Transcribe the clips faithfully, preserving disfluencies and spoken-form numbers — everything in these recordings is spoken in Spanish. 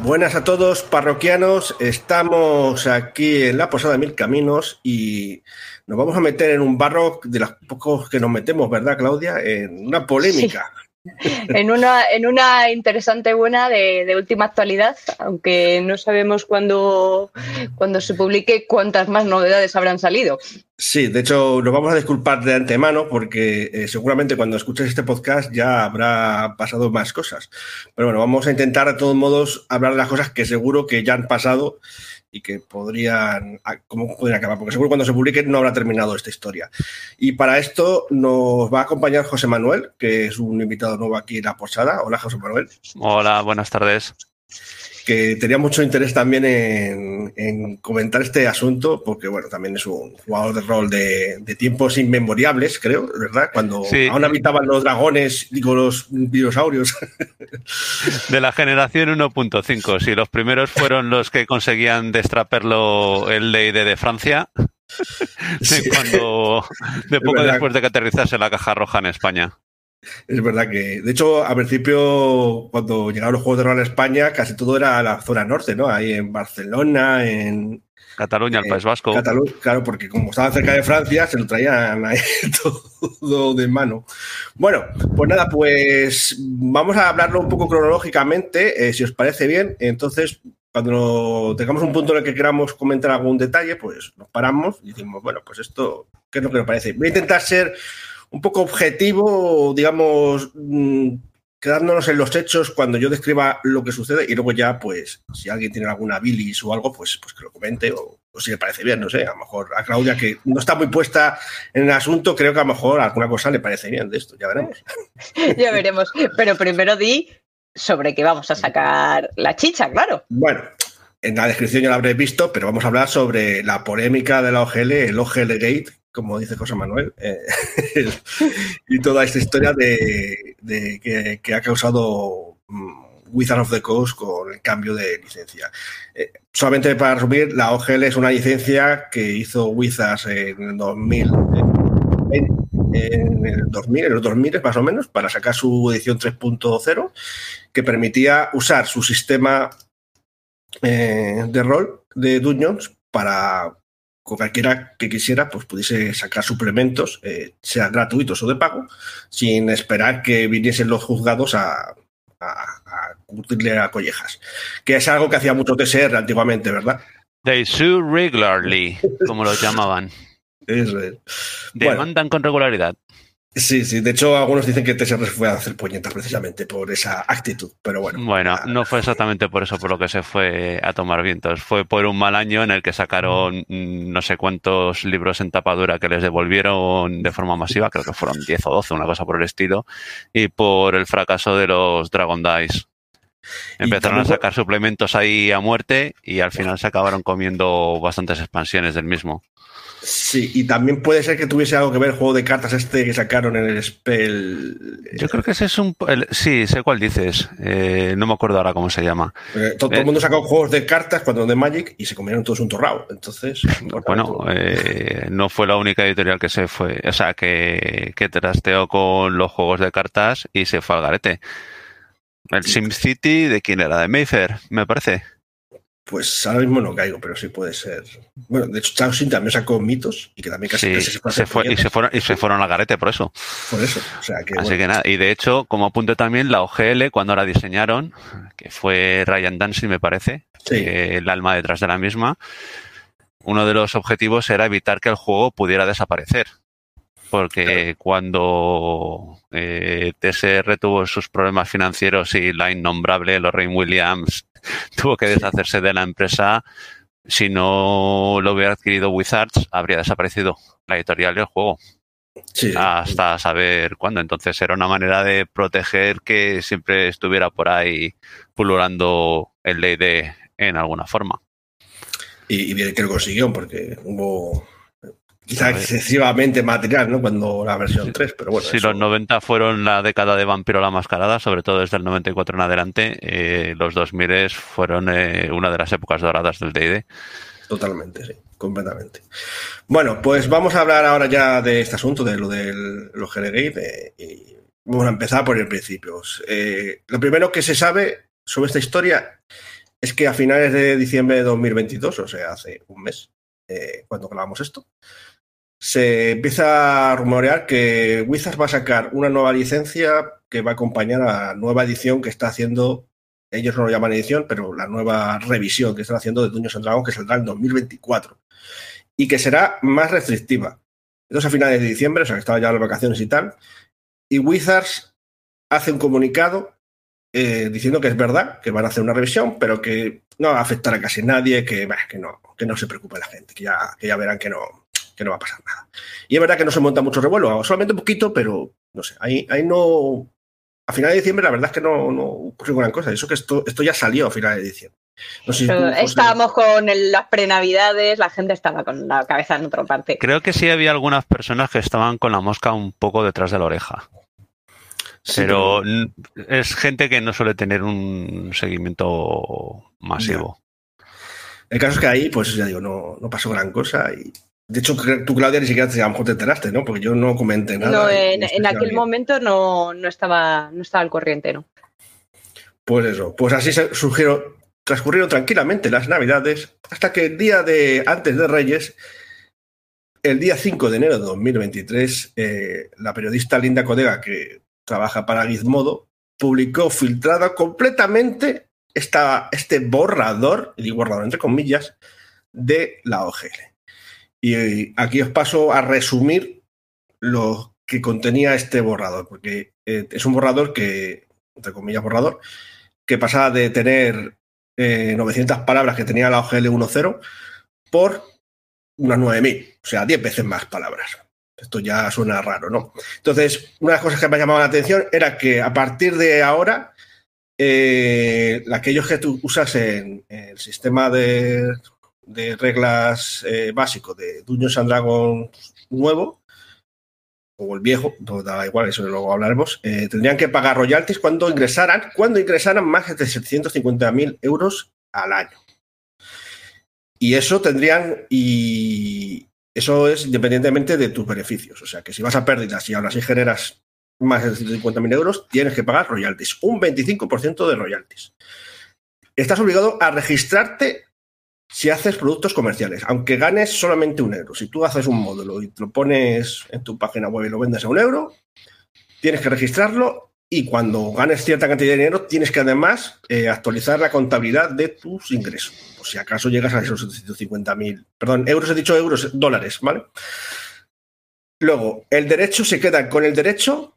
Buenas a todos, parroquianos. Estamos aquí en la Posada de Mil Caminos y nos vamos a meter en un barro de los pocos que nos metemos, ¿verdad, Claudia? En una polémica. Sí. En una, en una interesante buena de, de última actualidad, aunque no sabemos cuándo, cuando se publique cuántas más novedades habrán salido. Sí, de hecho nos vamos a disculpar de antemano porque eh, seguramente cuando escuches este podcast ya habrá pasado más cosas. Pero bueno, vamos a intentar de todos modos hablar de las cosas que seguro que ya han pasado y que podrían, ¿cómo podrían acabar? Porque seguro cuando se publique no habrá terminado esta historia. Y para esto nos va a acompañar José Manuel, que es un invitado nuevo aquí en la Posada. Hola, José Manuel. Hola, buenas tardes. Que tenía mucho interés también en, en comentar este asunto, porque bueno, también es un jugador de rol de, de tiempos inmemorables, creo, ¿verdad? Cuando sí. aún habitaban los dragones, digo, los dinosaurios. De la generación uno punto cinco, sí, los primeros fueron los que conseguían destraperlo el D y D de Francia, sí. Cuando, de poco después de que aterrizase la caja roja en España. Es verdad que, de hecho, al principio, cuando llegaron los juegos de rol a España, casi todo era la zona norte, ¿no? Ahí en Barcelona, en Cataluña, eh, el País Vasco. Cataluña, claro, porque como estaban cerca de Francia, se lo traían ahí todo de mano. Bueno, pues nada, pues vamos a hablarlo un poco cronológicamente, eh, si os parece bien. Entonces, cuando tengamos un punto en el que queramos comentar algún detalle, pues nos paramos y decimos, bueno, pues esto, ¿qué es lo que nos parece? Voy a intentar ser un poco objetivo, digamos, mmm, quedándonos en los hechos cuando yo describa lo que sucede y luego ya, pues, si alguien tiene alguna bilis o algo, pues, pues que lo comente o, o si le parece bien, no sé, a lo mejor a Claudia, que no está muy puesta en el asunto, creo que a lo mejor alguna cosa le parece bien de esto, ya veremos. Ya veremos, pero primero di sobre qué vamos a sacar la chicha, claro. Bueno, en la descripción ya la habréis visto, pero vamos a hablar sobre la polémica de la O G L, el O G L Gate, como dice José Manuel, eh, y toda esta historia de, de que, que ha causado um, Wizards of the Coast con el cambio de licencia. Eh, solamente para resumir, la O G L es una licencia que hizo Wizards en el dos mil, en, en el dos mil, en los dos mil más o menos, para sacar su edición tres punto cero, que permitía usar su sistema eh, de rol de Dungeons para cualquiera que quisiera, pues pudiese sacar suplementos, eh, sean gratuitos o de pago, sin esperar que viniesen los juzgados a, a, a curtirle a collejas. Que es algo que hacía mucho T S R antiguamente, ¿verdad? They sue regularly, como los llamaban. Eso es. Demandan bueno, con regularidad. Sí, sí. De hecho, algunos dicen que T S R se fue a hacer puñetas precisamente por esa actitud, pero bueno. Bueno, nada. No fue exactamente por eso por lo que se fue a tomar vientos. Fue por un mal año en el que sacaron no sé cuántos libros en tapadura que les devolvieron de forma masiva, creo que fueron diez o doce, una cosa por el estilo, y por el fracaso de los Dragon Dice. Empezaron a sacar suplementos ahí a muerte y al final se acabaron comiendo bastantes expansiones del mismo. Sí, y también puede ser que tuviese algo que ver el juego de cartas este que sacaron en el Spell. Yo creo que ese es un... El, sí, sé cuál dices. Eh, no me acuerdo ahora cómo se llama. Eh, todo, todo eh, el mundo sacó juegos de cartas cuando de Magic y se comieron todos un torrao. Entonces... Bueno, eh, no fue la única editorial que se fue... O sea, que, que trasteó con los juegos de cartas y se fue al garete. El sí. SimCity, ¿de quién era? De Mayfair, me parece. Pues ahora mismo no caigo, pero sí puede ser. Bueno, de hecho, Chaosin también sacó mitos y que también casi, sí, casi se, se fue y se fueron y se fueron al garete por eso. Por eso, o sea que. Así bueno. que nada, y de hecho, como apunte también, la O G L, cuando la diseñaron, que fue Ryan Dancing, me parece, sí. eh, el alma detrás de la misma, uno de los objetivos era evitar que el juego pudiera desaparecer. Porque claro. Cuando eh, T S R tuvo sus problemas financieros y la innombrable Lorraine Williams tuvo que deshacerse de la empresa, si no lo hubiera adquirido Wizards, habría desaparecido la editorial y el juego. Sí. Hasta saber cuándo. Entonces era una manera de proteger que siempre estuviera por ahí pululando el D y D en alguna forma. Y, y bien que lo consiguió, porque hubo... quizá excesivamente material, ¿no? Cuando la versión tres, pero bueno. Si eso... los noventa fueron la década de Vampiro la Mascarada, sobre todo desde el noventa y cuatro en adelante, eh, los dos mil fueron eh, una de las épocas doradas del D y D. Totalmente, sí, completamente. Bueno, pues vamos a hablar ahora ya de este asunto, de lo del O G L Gate, eh, y vamos a empezar por el principio. Eh, lo primero que se sabe sobre esta historia es que a finales de diciembre de dos mil veintidós, o sea, hace un mes, eh, cuando grabamos esto, se empieza a rumorear que Wizards va a sacar una nueva licencia que va a acompañar a la nueva edición que está haciendo, ellos no lo llaman edición, pero la nueva revisión que están haciendo de Dungeons and Dragons, que saldrá en dos mil veinticuatro y que será más restrictiva. Entonces, a finales de diciembre, o sea, que estaban ya las vacaciones y tal, y Wizards hace un comunicado eh, diciendo que es verdad, que van a hacer una revisión, pero que no va a afectar a casi nadie, que, bah, que, no, que no se preocupe la gente, que ya, que ya verán que no... que no va a pasar nada. Y es verdad que no se monta mucho revuelo, solamente un poquito, pero no sé, ahí, ahí no... A final de diciembre la verdad es que no, no ocurrió gran cosa. Eso que esto, esto ya salió a final de diciembre. No sé si tú, José... Estábamos con el, las prenavidades, la gente estaba con la cabeza en otra parte. Creo que sí había algunas personas que estaban con la mosca un poco detrás de la oreja. Sí, pero, pero es gente que no suele tener un seguimiento masivo. Ya. El caso es que ahí, pues ya digo, no, no pasó gran cosa y... De hecho, tú, Claudia, ni siquiera te, a lo mejor te enteraste, ¿no? Porque yo no comenté nada. No, en, en aquel momento no, no, estaba, no estaba al corriente, ¿no? Pues eso, pues así se surgieron, transcurrieron tranquilamente las Navidades hasta que el día de antes de Reyes, el día cinco de enero de dos mil veintitrés, eh, la periodista Linda Codega, que trabaja para Gizmodo, publicó filtrado completamente esta, este borrador, y digo borrador entre comillas, de la O G L. Y aquí os paso a resumir lo que contenía este borrador, porque eh, es un borrador que, entre comillas borrador, que pasaba de tener eh, novecientas palabras que tenía la O G L uno punto cero por unas nueve mil, o sea, diez veces más palabras. Esto ya suena raro, ¿no? Entonces, una de las cosas que me ha llamado la atención era que a partir de ahora, eh, aquellos que tú usas en, en el sistema de... de reglas eh, básico de Dungeons and Dragons nuevo o el viejo, no da igual, eso luego hablaremos, eh, tendrían que pagar royalties cuando ingresaran, cuando ingresaran más de setecientos cincuenta mil euros al año. Y eso tendrían, y eso es independientemente de tus beneficios. O sea, que si vas a pérdidas y aún así generas más de setecientos cincuenta mil euros, tienes que pagar royalties, un veinticinco por ciento de royalties. Estás obligado a registrarte si haces productos comerciales, aunque ganes solamente un euro. Si tú haces un módulo y te lo pones en tu página web y lo vendes a un euro, tienes que registrarlo y cuando ganes cierta cantidad de dinero tienes que además eh, actualizar la contabilidad de tus ingresos. Por si acaso llegas a esos setecientos cincuenta mil, perdón, euros, he dicho euros, dólares, ¿vale? Luego, el derecho se queda con el derecho...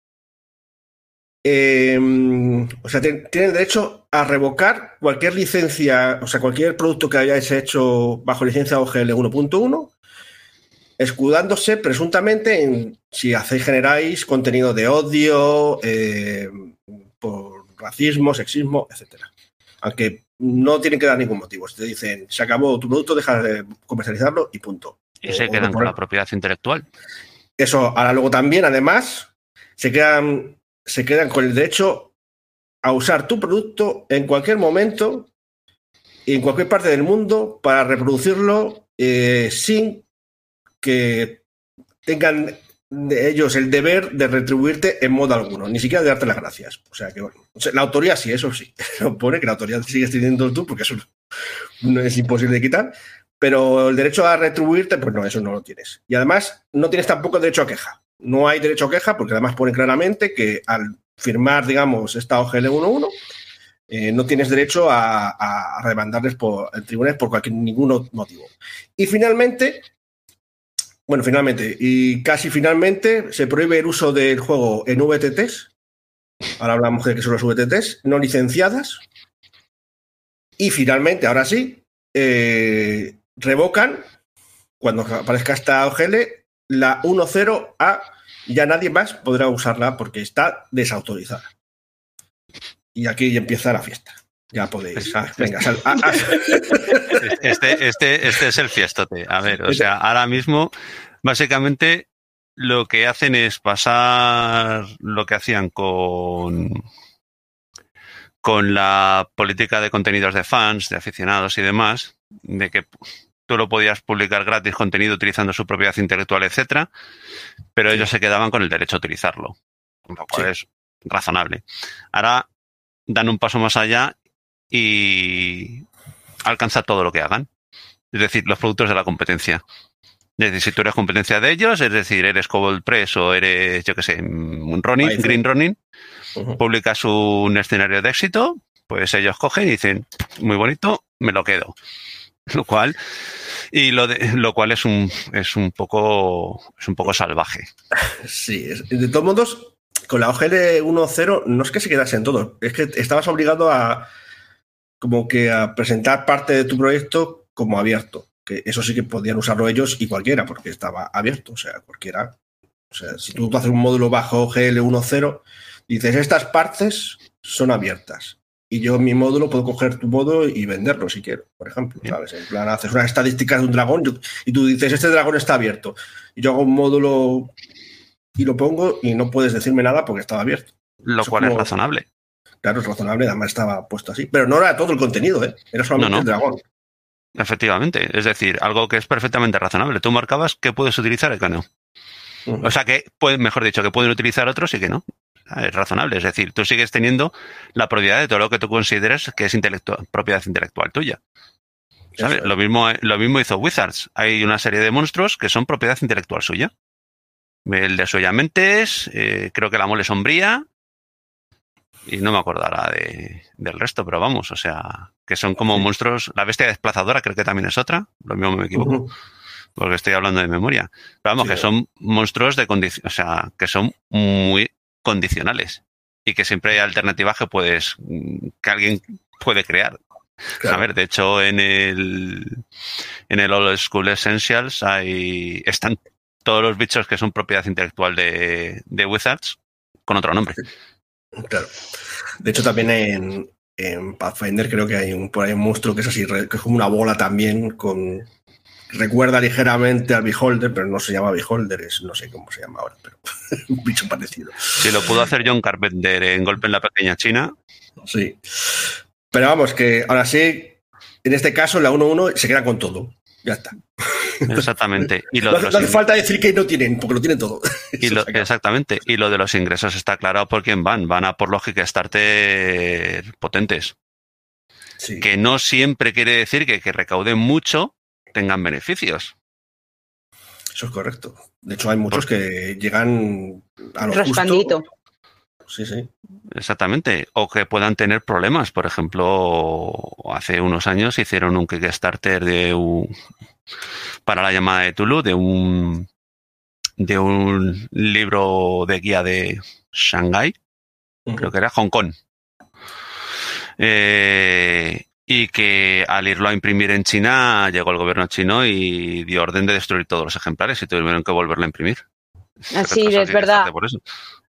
Eh, o sea, tienen derecho a revocar cualquier licencia, o sea, cualquier producto que hayáis hecho bajo licencia O G L uno punto uno, escudándose presuntamente en si hacéis, generáis contenido de odio, eh, por racismo, sexismo, etcétera. Aunque no tienen que dar ningún motivo. Si te dicen, se acabó tu producto, deja de comercializarlo y punto. Y se quedan con la propiedad intelectual. Eso, ahora luego también, además, se quedan... se quedan con el derecho a usar tu producto en cualquier momento y en cualquier parte del mundo para reproducirlo eh, sin que tengan ellos el deber de retribuirte en modo alguno, ni siquiera de darte las gracias. O sea que, bueno, la autoría sí, eso sí, lo pone que la autoría sigues teniendo tú porque eso no es imposible de quitar, pero el derecho a retribuirte, pues no, eso no lo tienes. Y además no tienes tampoco derecho a queja. No hay derecho a queja porque además pone claramente que al firmar, digamos, esta O G L uno punto uno eh, no tienes derecho a, a demandarles por, en tribunales por cualquier, ningún motivo. Y finalmente, bueno, finalmente, y casi finalmente, se prohíbe el uso del juego en V T Ts. Ahora hablamos de que son las V T Ts no licenciadas. Y finalmente, ahora sí, eh, revocan, cuando aparezca esta O G L, la uno punto cero A, ya nadie más podrá usarla porque está desautorizada. Y aquí empieza la fiesta. Ya podéis. Ah, venga, sal, ah, ah. Este, este, este es el fiestote. A ver, o sea, ahora mismo, básicamente, lo que hacen es pasar lo que hacían con, con la política de contenidos de fans, de aficionados y demás, de que tú lo podías publicar gratis contenido utilizando su propiedad intelectual, etcétera, pero ellos se quedaban con el derecho a utilizarlo, lo cual sí es razonable. Ahora dan un paso más allá y alcanza todo lo que hagan. Es decir, los productos de la competencia. Es decir, si tú eres competencia de ellos, es decir, eres Cobalt Press o eres, yo qué sé, un Ronin, Ahí Green Ronin, uh-huh. publicas un escenario de éxito, pues ellos cogen y dicen, muy bonito, me lo quedo. Lo cual, y lo de, lo cual es un es un poco es un poco salvaje. Sí, de todos modos, con la O G L uno punto cero no es que se quedase en todo, es que estabas obligado a como que a presentar parte de tu proyecto como abierto, que eso sí que podían usarlo ellos y cualquiera, porque estaba abierto, o sea, cualquiera. O sea, si tú haces un módulo bajo O G L uno punto cero, dices, estas partes son abiertas. Y yo en mi módulo puedo coger tu módulo y venderlo si quiero, por ejemplo. ¿Sabes? En plan, haces unas estadísticas de un dragón y tú dices, este dragón está abierto. Y yo hago un módulo y lo pongo y no puedes decirme nada porque estaba abierto. Lo Eso cual como, es razonable. Claro, es razonable, además estaba puesto así. Pero no era todo el contenido, ¿eh? Era solamente no, no. el dragón. Efectivamente, es decir, algo que es perfectamente razonable. Tú marcabas que puedes utilizar y que no. Uh-huh. O sea que, pues, mejor dicho, que pueden utilizar otros y que no. Es razonable, es decir, tú sigues teniendo la propiedad de todo lo que tú consideres que es intelectual, propiedad intelectual tuya. ¿Sabes? Lo mismo, lo mismo hizo Wizards. Hay una serie de monstruos que son propiedad intelectual suya. El de Soyamentes, eh, creo que la mole sombría, y no me acordará de, del resto, pero vamos, o sea, que son como sí. monstruos. La bestia desplazadora creo que también es otra, lo mismo me equivoco, uh-huh. porque estoy hablando de memoria. Pero vamos, sí, que son monstruos de condición, o sea, que son muy condicionales y que siempre hay alternativas que puedes que alguien puede crear. Claro. A ver, de hecho en el en el Old School Essentials hay están todos los bichos que son propiedad intelectual de, de Wizards con otro nombre. Claro. De hecho también en, en Pathfinder creo que hay un por ahí un monstruo que es así, que es como una bola también con recuerda ligeramente al Beholder, pero no se llama Beholder, es no sé cómo se llama ahora, pero un bicho parecido. Si lo pudo hacer John Carpenter en Golpe en la Pequeña China. Sí. Pero vamos, que ahora sí, en este caso la uno punto uno se queda con todo. Ya está. Exactamente. Y lo no, de los no hace falta decir que no tienen, porque lo tienen todo. Y lo, exactamente. Y lo de los ingresos está claro por quién van. Van a por los Kickstarter potentes. Sí. Que no siempre quiere decir que, que recauden mucho tengan beneficios. Eso es correcto. De hecho, hay muchos que llegan a lo Raspandito. justo. Sí, sí. Exactamente. O que puedan tener problemas. Por ejemplo, hace unos años hicieron un Kickstarter de un, para la llamada de Tulu, de un de un libro de guía de Shanghái. Uh-huh. Creo que era Hong Kong. Eh... Y que al irlo a imprimir en China, llegó el gobierno chino y dio orden de destruir todos los ejemplares y tuvieron que volverlo a imprimir. Así es verdad. Por eso.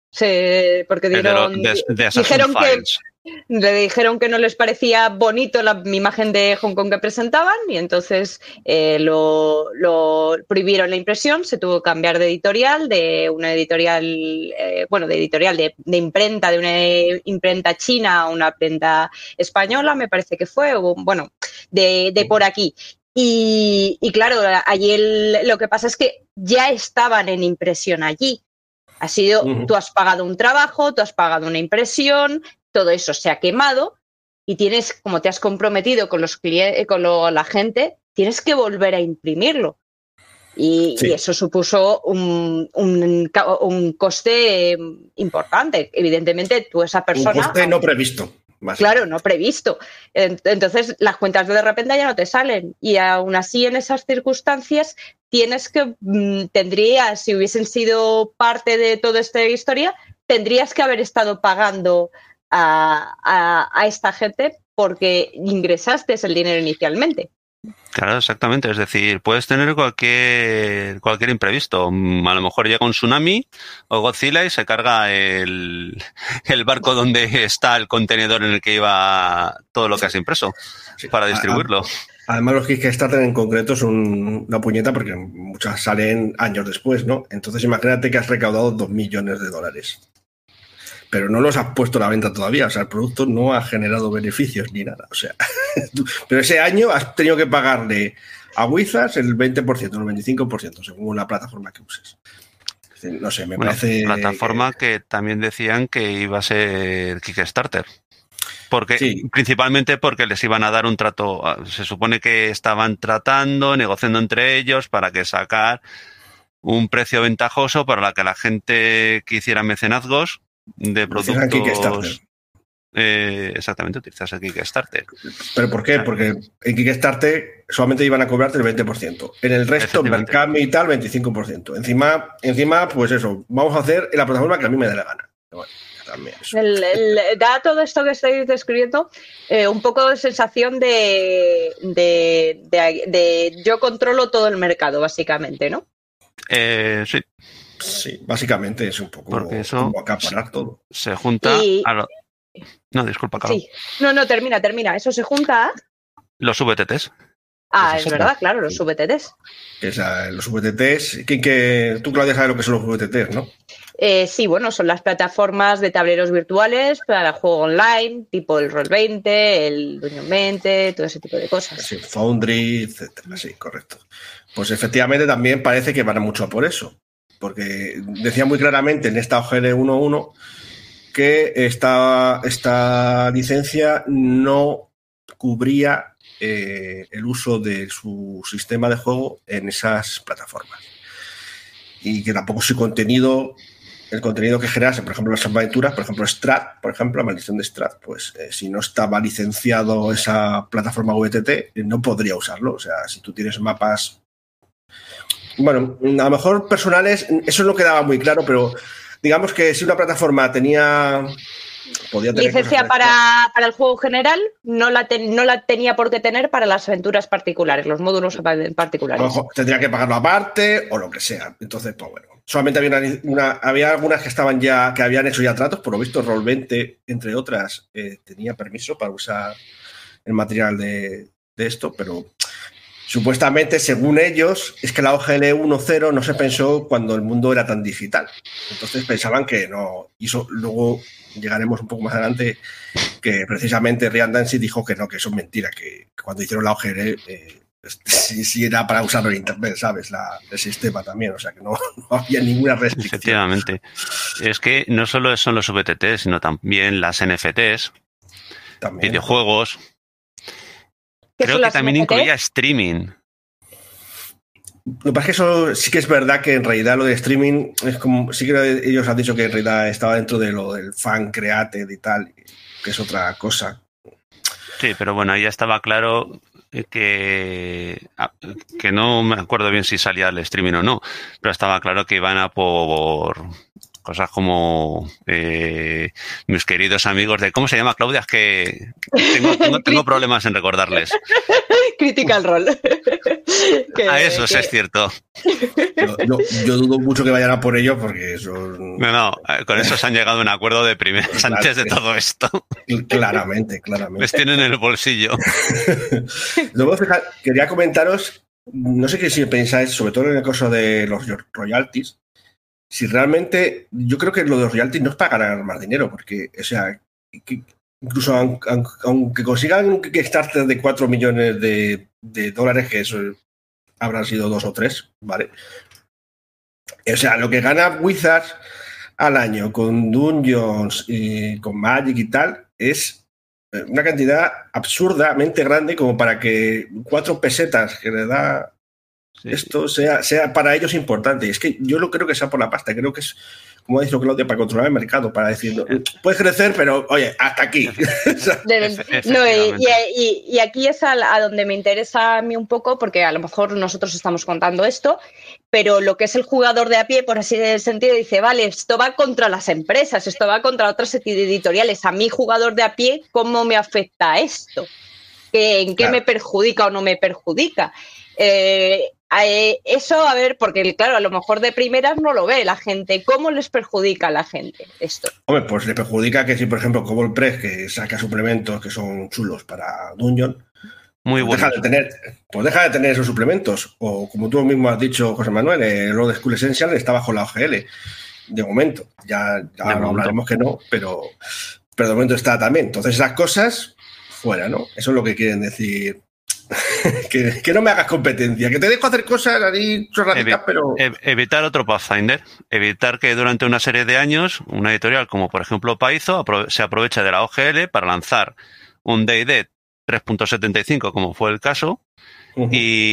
Sí, porque dieron, de de, de dijeron que le dijeron que no les parecía bonito la imagen de Hong Kong que presentaban y entonces eh, lo, lo prohibieron la impresión, se tuvo que cambiar de editorial, de una editorial, eh, bueno, de editorial, de, de imprenta, de una imprenta china a una imprenta española, me parece que fue, o bueno, de, de por aquí. Y, y claro, allí el, lo que pasa es que ya estaban en impresión allí. Ha sido, uh-huh. Tú has pagado un trabajo, tú has pagado una impresión, todo eso se ha quemado y tienes, como te has comprometido con los clientes, con lo, la gente, tienes que volver a imprimirlo. Y, sí. y eso supuso un, un, un coste importante. Evidentemente, tú esa persona... Un coste no previsto. Claro, no previsto. Entonces, las cuentas de repente ya no te salen. Y aún así, en esas circunstancias, tienes que, tendrías, si hubiesen sido parte de toda esta historia, tendrías que haber estado pagando a, a, a esta gente porque ingresaste el dinero inicialmente. Claro, exactamente. Es decir, puedes tener cualquier cualquier imprevisto. A lo mejor llega un tsunami o Godzilla y se carga el, el barco donde está el contenedor en el que iba todo lo que has impreso sí. para distribuirlo. Además, los Kickstarter en concreto son una puñeta porque muchas salen años después, ¿no? Entonces, imagínate que has recaudado dos millones de dólares. Pero no los has puesto a la venta todavía, o sea, el producto no ha generado beneficios ni nada, o sea, pero ese año has tenido que pagarle a Wizards el veinte por ciento, el veinticinco por ciento, según la plataforma que uses. No sé, me bueno, parece... plataforma que... que también decían que iba a ser Kickstarter. Porque, sí. Principalmente porque les iban a dar un trato, se supone que estaban tratando, negociando entre ellos para que sacar un precio ventajoso para la que la gente que hiciera mecenazgos de productos... Eh, exactamente, utilizase Kickstarter. ¿Pero por qué? Porque en Kickstarter solamente iban a cobrarte el veinte por ciento. En el resto, Mercami y tal, veinticinco por ciento. Encima, encima, pues eso, vamos a hacer en la plataforma que a mí me dé la gana. Bueno, también eso. El, el, da todo esto que estáis describiendo eh, un poco de sensación de, de, de, de yo controlo todo el mercado, básicamente, ¿no? Eh, sí. Sí, básicamente es un poco porque eso como acaparar todo. Se junta y... a lo... No, disculpa, Carlos. Sí. No, no, termina, termina. Eso se junta a... Los V T Ts. Ah, es verdad, claro, los V T Ts. Esa, los V T Ts. ¿Quién que, tú, Claudia, sabes lo que son los V T Ts, ¿no? Eh, sí, bueno, son las plataformas de tableros virtuales para el juego online, tipo el Roll veinte, el Dungeon veinte, todo ese tipo de cosas. Sí, Foundry, etcétera. Sí, correcto. Pues efectivamente también parece que van mucho a por eso. Porque decía muy claramente en esta O G L uno punto uno que esta, esta licencia no cubría eh, el uso de su sistema de juego en esas plataformas. Y que tampoco su contenido, el contenido que generase, por ejemplo, las aventuras, por ejemplo, Strat, por ejemplo, la maldición de Strat, pues eh, si no estaba licenciado esa plataforma V T T, no podría usarlo. O sea, si tú tienes mapas... Bueno, a lo mejor personales, eso no quedaba muy claro, pero... Digamos que si una plataforma tenía... Podía tener licencia para, para el juego general, no la, ten, no la tenía por qué tener para las aventuras particulares, los módulos particulares. A lo mejor tendría que pagarlo aparte o lo que sea. Entonces, pues bueno. Solamente había, una, una, había algunas que estaban ya, que habían hecho ya tratos, por lo visto Roll veinte, entre otras, eh, tenía permiso para usar el material de, de esto, pero... Supuestamente, según ellos, es que la O G L uno punto cero no se pensó cuando el mundo era tan digital. Entonces pensaban que no. Y eso luego llegaremos un poco más adelante, que precisamente Ryan Dancy dijo que no, que eso es mentira, que cuando hicieron la O G L eh, sí, sí era para usarlo en Internet, ¿sabes? La, el sistema también, o sea que no, no había ninguna restricción. Efectivamente. Es que no solo son los V T Ts, sino también las N F Ts, también, videojuegos... Creo que también N F T? Incluía streaming. Lo que pasa es que eso sí que es verdad que en realidad lo de streaming es como, sí que ellos han dicho que en realidad estaba dentro de lo del fan created y tal, que es otra cosa. Sí, pero bueno, ya estaba claro que, que no me acuerdo bien si salía el streaming o no, pero estaba claro que iban a por cosas como eh, mis queridos amigos de... ¿Cómo se llama, Claudia? Es que tengo, tengo, tengo problemas en recordarles. Critical Role. que, a eso que... es cierto. Yo, yo, yo dudo mucho que vayan a por ello porque eso... No, no, con eso se han llegado a un acuerdo de primeras claro, antes de todo esto. Claramente, claramente. Les tienen en el bolsillo. Luego, fíjate, quería comentaros, no sé qué si pensáis, sobre todo en el caso de los royalties, si realmente, yo creo que lo de los royalties no es para ganar más dinero, porque, o sea, que incluso aunque, aunque consigan un Kickstarter de cuatro millones de, de dólares, que eso habrán sido dos o tres, ¿vale? O sea, lo que gana Wizards al año con Dungeons y con Magic y tal es una cantidad absurdamente grande como para que cuatro pesetas que le da sí. esto sea, sea para ellos importante. Y es que yo no creo que sea por la pasta, creo que es, como ha dicho Claudia, para controlar el mercado, para decir, no, puedes crecer, pero oye, hasta aquí. No, y, y, y aquí es a, a donde me interesa a mí un poco, porque a lo mejor nosotros estamos contando esto, pero lo que es el jugador de a pie, por así decirlo, dice, vale, esto va contra las empresas, esto va contra otras editoriales. A mí, jugador de a pie, ¿cómo me afecta esto? ¿En qué claro. me perjudica o no me perjudica? Eh, eh, eso, a ver, porque claro, a lo mejor de primeras no lo ve la gente. ¿Cómo les perjudica a la gente esto? Hombre, pues le perjudica que si, por ejemplo, como el Press, que saca suplementos que son chulos para Dungeon, muy pues, deja de tener, pues deja de tener esos suplementos. O como tú mismo has dicho, José Manuel, el Road School Essential está bajo la O G L. De momento. Ya, ya de no momento. hablaremos que no, pero, pero de momento está también. Entonces esas cosas, fuera, ¿no? Eso es lo que quieren decir que, que no me hagas competencia, que te dejo hacer cosas ahí chorraditas, Evi pero... Evitar otro Pathfinder, evitar que durante una serie de años una editorial como por ejemplo Paizo se aproveche de la O G L para lanzar un D y D tres punto setenta y cinco, como fue el caso, uh-huh.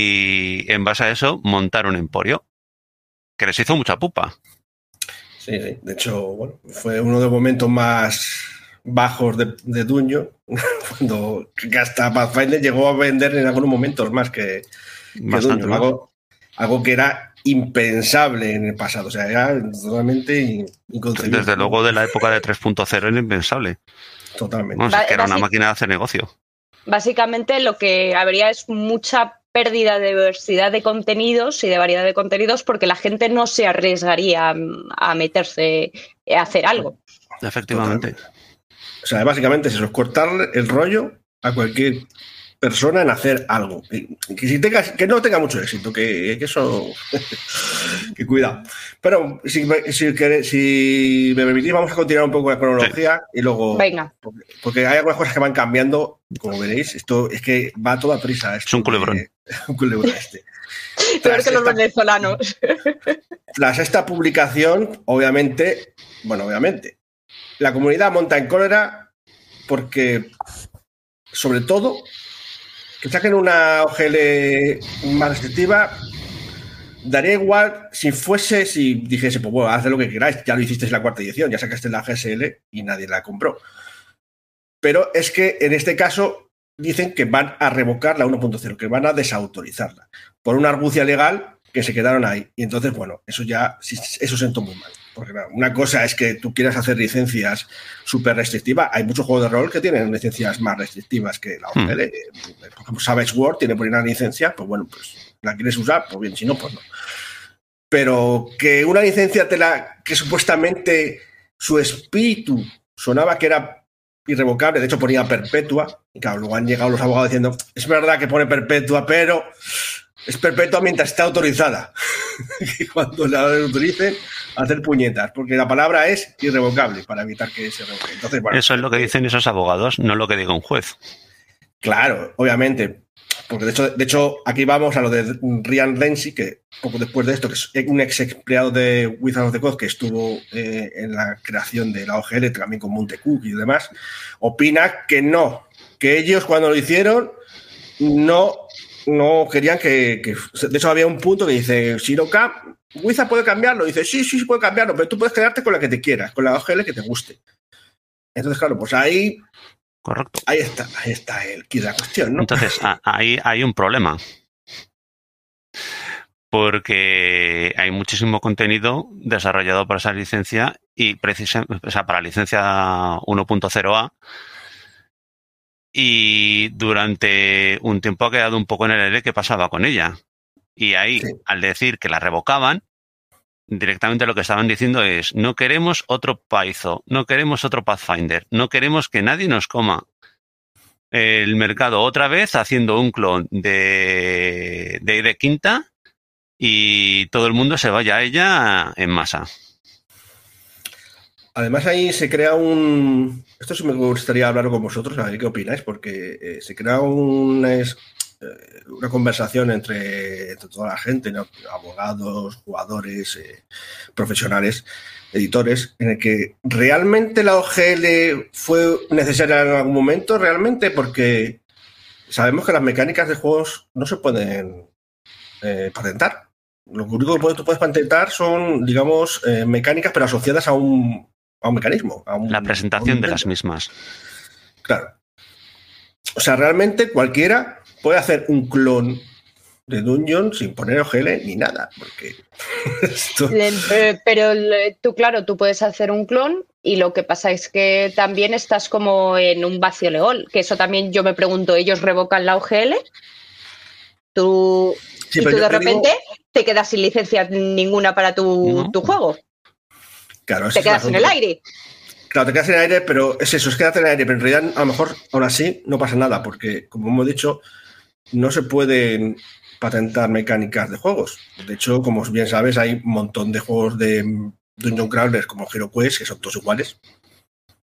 y en base a eso montar un emporio, que les hizo mucha pupa. Sí, sí. De hecho, bueno, fue uno de los momentos más bajos de, de Dungeon, cuando hasta Pathfinder llegó a vender en algunos momentos más que, que Bastante Dungeon, algo, algo que era impensable en el pasado, o sea, era totalmente inconcebible. Desde luego de la época de tres punto cero era impensable. Totalmente. Bueno, es que era una máquina de hacer negocio. Básicamente lo que habría es mucha pérdida de diversidad de contenidos y de variedad de contenidos porque la gente no se arriesgaría a meterse a hacer algo. Efectivamente. Totalmente. O sea, básicamente es eso, cortar el rollo a cualquier persona en hacer algo. Que, si tenga, que no tenga mucho éxito, que, que eso... que cuidado. Pero si, si, si me permitís, vamos a continuar un poco con la cronología sí. y luego... Venga. Porque, porque hay algunas cosas que van cambiando, como veréis. Esto es que va a toda prisa. Es un culebrón. De, un culebrón este. Peor que los venezolanos. Tras esta publicación, obviamente, bueno, obviamente, la comunidad monta en cólera porque, sobre todo, que saquen una O G L más restrictiva, daría igual si fuese, si dijese, pues bueno, haz lo que queráis, ya lo hicisteis en la cuarta edición, ya sacaste la G S L y nadie la compró. Pero es que en este caso dicen que van a revocar la uno punto cero, que van a desautorizarla, por una argucia legal que se quedaron ahí. Y entonces, bueno, eso ya, eso sentó muy mal. Porque claro, una cosa es que tú quieras hacer licencias súper restrictivas. Hay muchos juegos de rol que tienen licencias más restrictivas que la O G L. Hmm. Por ejemplo, Savage World tiene por una licencia, pues bueno, pues la quieres usar, pues bien, si no, pues no. Pero que una licencia te la, que supuestamente su espíritu sonaba que era irrevocable, de hecho ponía perpetua, y claro, luego han llegado los abogados diciendo, es verdad que pone perpetua, pero es perpetua mientras está autorizada. Y cuando la autoricen, hacer puñetas, porque la palabra es irrevocable para evitar que se revoque. Entonces, bueno, eso es lo que dicen esos abogados, no lo que diga un juez. Claro, obviamente, porque de hecho, de hecho aquí vamos a lo de Ryan Dempsey, que poco después de esto, que es un ex empleado de Wizards of the Coast que estuvo eh, en la creación de la O G L, también con Montecook y demás, opina que no, que ellos cuando lo hicieron no, no querían que, que... De hecho había un punto que dice, si no cambia, Wizard puede cambiarlo, dice, sí, sí, sí puede cambiarlo, pero tú puedes quedarte con la que te quieras, con la O G L que te guste. Entonces, claro, pues ahí... Correcto. Ahí está, ahí está el quid de la cuestión, ¿no? Entonces, ahí hay un problema. Porque hay muchísimo contenido desarrollado para esa licencia y precisamente, o sea, para la licencia uno punto cero A. Y durante un tiempo ha quedado un poco en el aire qué pasaba con ella. Y ahí, sí. Al decir que la revocaban, directamente lo que estaban diciendo es, no queremos otro Paizo, no queremos otro Pathfinder, no queremos que nadie nos coma el mercado otra vez haciendo un clon de, de, de quinta y todo el mundo se vaya a ella en masa. Además ahí se crea un... Esto sí me gustaría hablar con vosotros, a ver qué opináis, porque eh, se crea un... Es... una conversación entre, entre toda la gente, ¿no? Abogados, jugadores, eh, profesionales, editores, en el que realmente la O G L fue necesaria en algún momento, realmente, porque sabemos que las mecánicas de juegos no se pueden eh, patentar. Lo único que tú puedes patentar son, digamos, eh, mecánicas, pero asociadas a un, a un mecanismo. A un, la presentación un de las mismas. Claro. O sea, realmente cualquiera puede hacer un clon de Dungeon sin poner O G L ni nada, porque esto... Pero tú, claro, tú puedes hacer un clon y lo que pasa es que también estás como en un vacío legal, que eso también yo me pregunto, ¿ellos revocan la O G L? Tú, sí, y tú de repente digo... te quedas sin licencia ninguna para tu, no. tu juego. Claro, te quedas en el aire. Claro, te quedas en el aire, pero es eso, es quedarte en el aire, pero en realidad a lo mejor aún así no pasa nada, porque como hemos dicho, no se pueden patentar mecánicas de juegos. De hecho, como bien sabes, hay un montón de juegos de Dungeon Crawlers como HeroQuest que son todos iguales.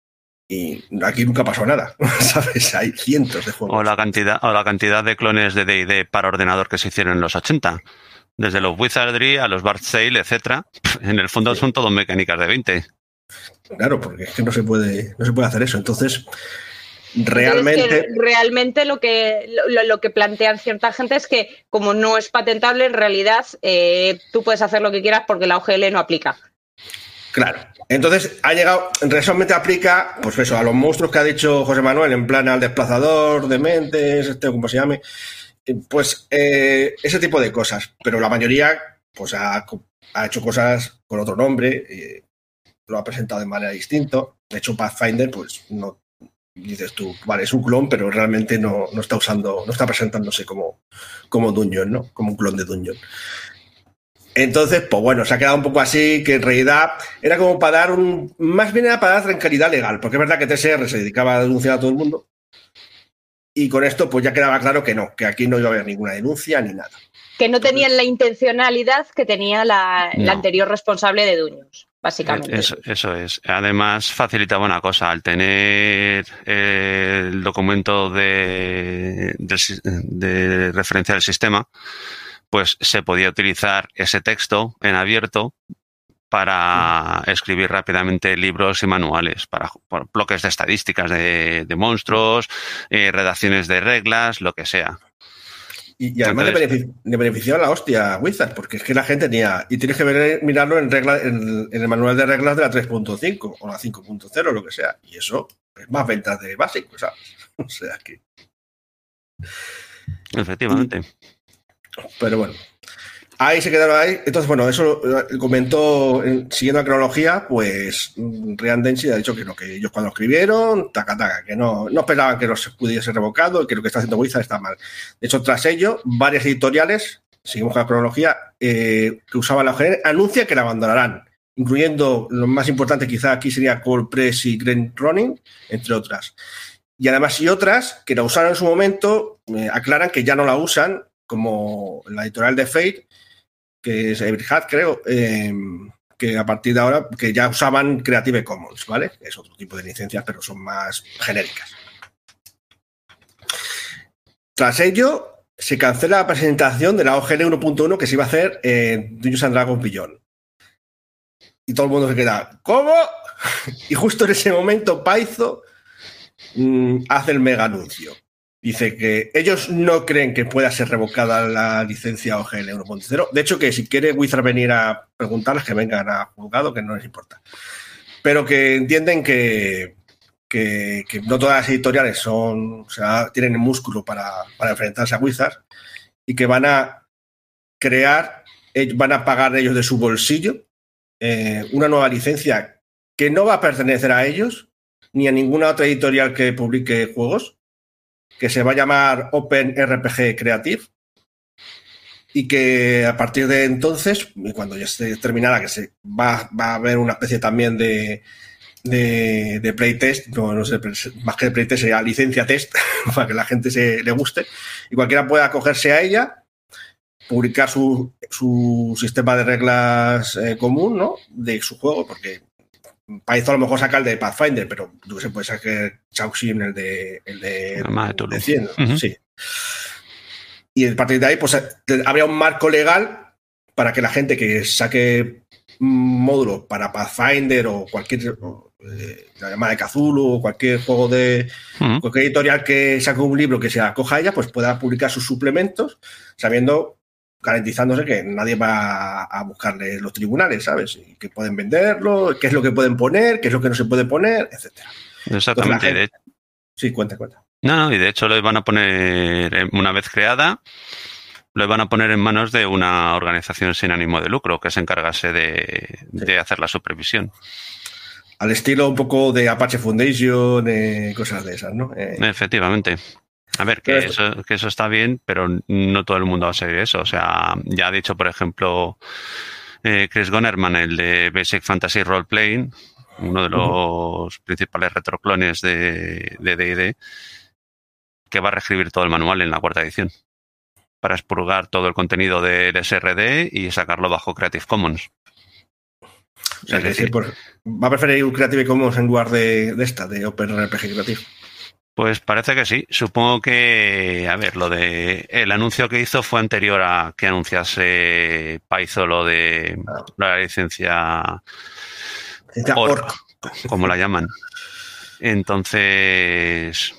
Y aquí nunca pasó nada, ¿sabes? Hay cientos de juegos. O la cantidad, o la cantidad de clones de D y D para ordenador que se hicieron en los ochenta. Desde los Wizardry a los Bard's Tale, etcétera. En el fondo sí. Son todos mecánicas de veinte. Claro, porque es que no se puede, no se puede hacer eso. Entonces, realmente... Entonces, que realmente lo que, lo, lo que plantean cierta gente es que como no es patentable, en realidad eh, tú puedes hacer lo que quieras porque la O G L no aplica. Claro. Entonces, ha llegado, realmente aplica, pues eso, a los monstruos que ha dicho José Manuel, en plan al desplazador de mentes, este, como se llame, pues eh, ese tipo de cosas. Pero la mayoría, pues ha, ha hecho cosas con otro nombre, eh, lo ha presentado de manera distinta. De hecho, Pathfinder, pues no dices tú, vale, es un clon, pero realmente no, no está usando, no está presentándose como, como Dungeon, ¿no? Como un clon de Dungeon. Entonces, pues bueno, se ha quedado un poco así, que en realidad era como para dar un... Más bien era para dar tranquilidad legal, porque es verdad que T S R se dedicaba a denunciar a todo el mundo, y con esto pues ya quedaba claro que no, que aquí no iba a haber ninguna denuncia ni nada. Que no tenían Entonces, la intencionalidad que tenía la, no. la anterior responsable de Dungeons, básicamente. Eso, eso es. Además, facilitaba una cosa, al tener el documento de, de, de referencia del sistema, pues se podía utilizar ese texto en abierto para escribir rápidamente libros y manuales, para bloques de estadísticas de, de monstruos, eh, redacciones de reglas, lo que sea. Y, y además Entonces, le, benefic- le benefició a la hostia Wizard, porque es que la gente tenía... Y tienes que ver, mirarlo en, regla, en, en el manual de reglas de la tres punto cinco o la cinco punto cero, lo que sea. Y eso es más ventas de básico, ¿sabes? O sea que... Efectivamente. Y, pero bueno, ahí se quedaron ahí. Entonces, bueno, eso lo comentó, siguiendo la cronología, pues Ryan Dempsey ha dicho que no, que ellos cuando escribieron, taca, taca, que no, no esperaban que los pudiese revocado y que lo que está haciendo Wizard está mal. De hecho, tras ello, varias editoriales, seguimos con la cronología, eh, que usaban la O G L, anuncian que la abandonarán, incluyendo lo más importante quizá aquí sería Cold Press y Grant Running, entre otras. Y además, y otras que la usaron en su momento, eh, aclaran que ya no la usan, como la editorial de Fate, que es Every Hat, creo, eh, que a partir de ahora, que ya usaban Creative Commons, ¿vale? Es otro tipo de licencias, pero son más genéricas. Tras ello, se cancela la presentación de la O G L uno punto uno que se iba a hacer en Dungeons and Dragons Beyond. Y todo el mundo se queda, ¿cómo? Y justo en ese momento, Paizo mmm, hace el mega anuncio. Dice que ellos no creen que pueda ser revocada la licencia O G L uno punto cero. De hecho, que si quiere Wizard venir a preguntarles, que vengan a juzgado, que no les importa. Pero que entienden que, que, que no todas las editoriales son, o sea, tienen el músculo para, para enfrentarse a Wizard y que van a crear, van a pagar ellos de su bolsillo eh, una nueva licencia que no va a pertenecer a ellos ni a ninguna otra editorial que publique juegos, que se va a llamar Open R P G Creative y que a partir de entonces, cuando ya esté terminada, que se va, va a haber una especie también de, de, de playtest, no, no sé, más que de playtest sería licencia test para que la gente se le guste y cualquiera pueda acogerse a ella, publicar su, su sistema de reglas eh, común, ¿no? De su juego, porque Paizo a lo mejor saca el de Pathfinder, pero no se puede sacar Chaoxin el de el de, el de cien, uh-huh. Sí. Y a partir de ahí, pues habría un marco legal para que la gente que saque módulos para Pathfinder o cualquier eh, la llamada de Cthulhu o cualquier juego de uh-huh. cualquier editorial que saque un libro que se acoja a ella, pues pueda publicar sus suplementos, sabiendo, garantizándose que nadie va a buscarle los tribunales, ¿sabes? Y que pueden venderlo, qué es lo que pueden poner, qué es lo que no se puede poner, etcétera. Exactamente. Gente... De... Sí, cuenta, cuenta. No, no, y de hecho lo van a poner, una vez creada, lo van a poner en manos de una organización sin ánimo de lucro que se encargase de, sí. de hacer la supervisión. Al estilo un poco de Apache Foundation, eh, cosas de esas, ¿no? Eh... Efectivamente. A ver, que eso, que eso está bien, pero no todo el mundo va a seguir eso. O sea, ya ha dicho, por ejemplo, eh, Chris Gonnerman, el de Basic Fantasy Role Playing, uno de los uh-huh. principales retroclones de D y D, que va a reescribir todo el manual en la cuarta edición para expurgar todo el contenido del S R D y sacarlo bajo Creative Commons. O sea, Sí, que sí. sí, pues, va a preferir un Creative Commons en lugar de, de esta, de OpenRPG Creative. Pues parece que sí. Supongo que, a ver, lo de el anuncio que hizo fue anterior a que anunciase Paizo lo de Ah. la licencia Licencia Orc, Orc. como la llaman. Entonces,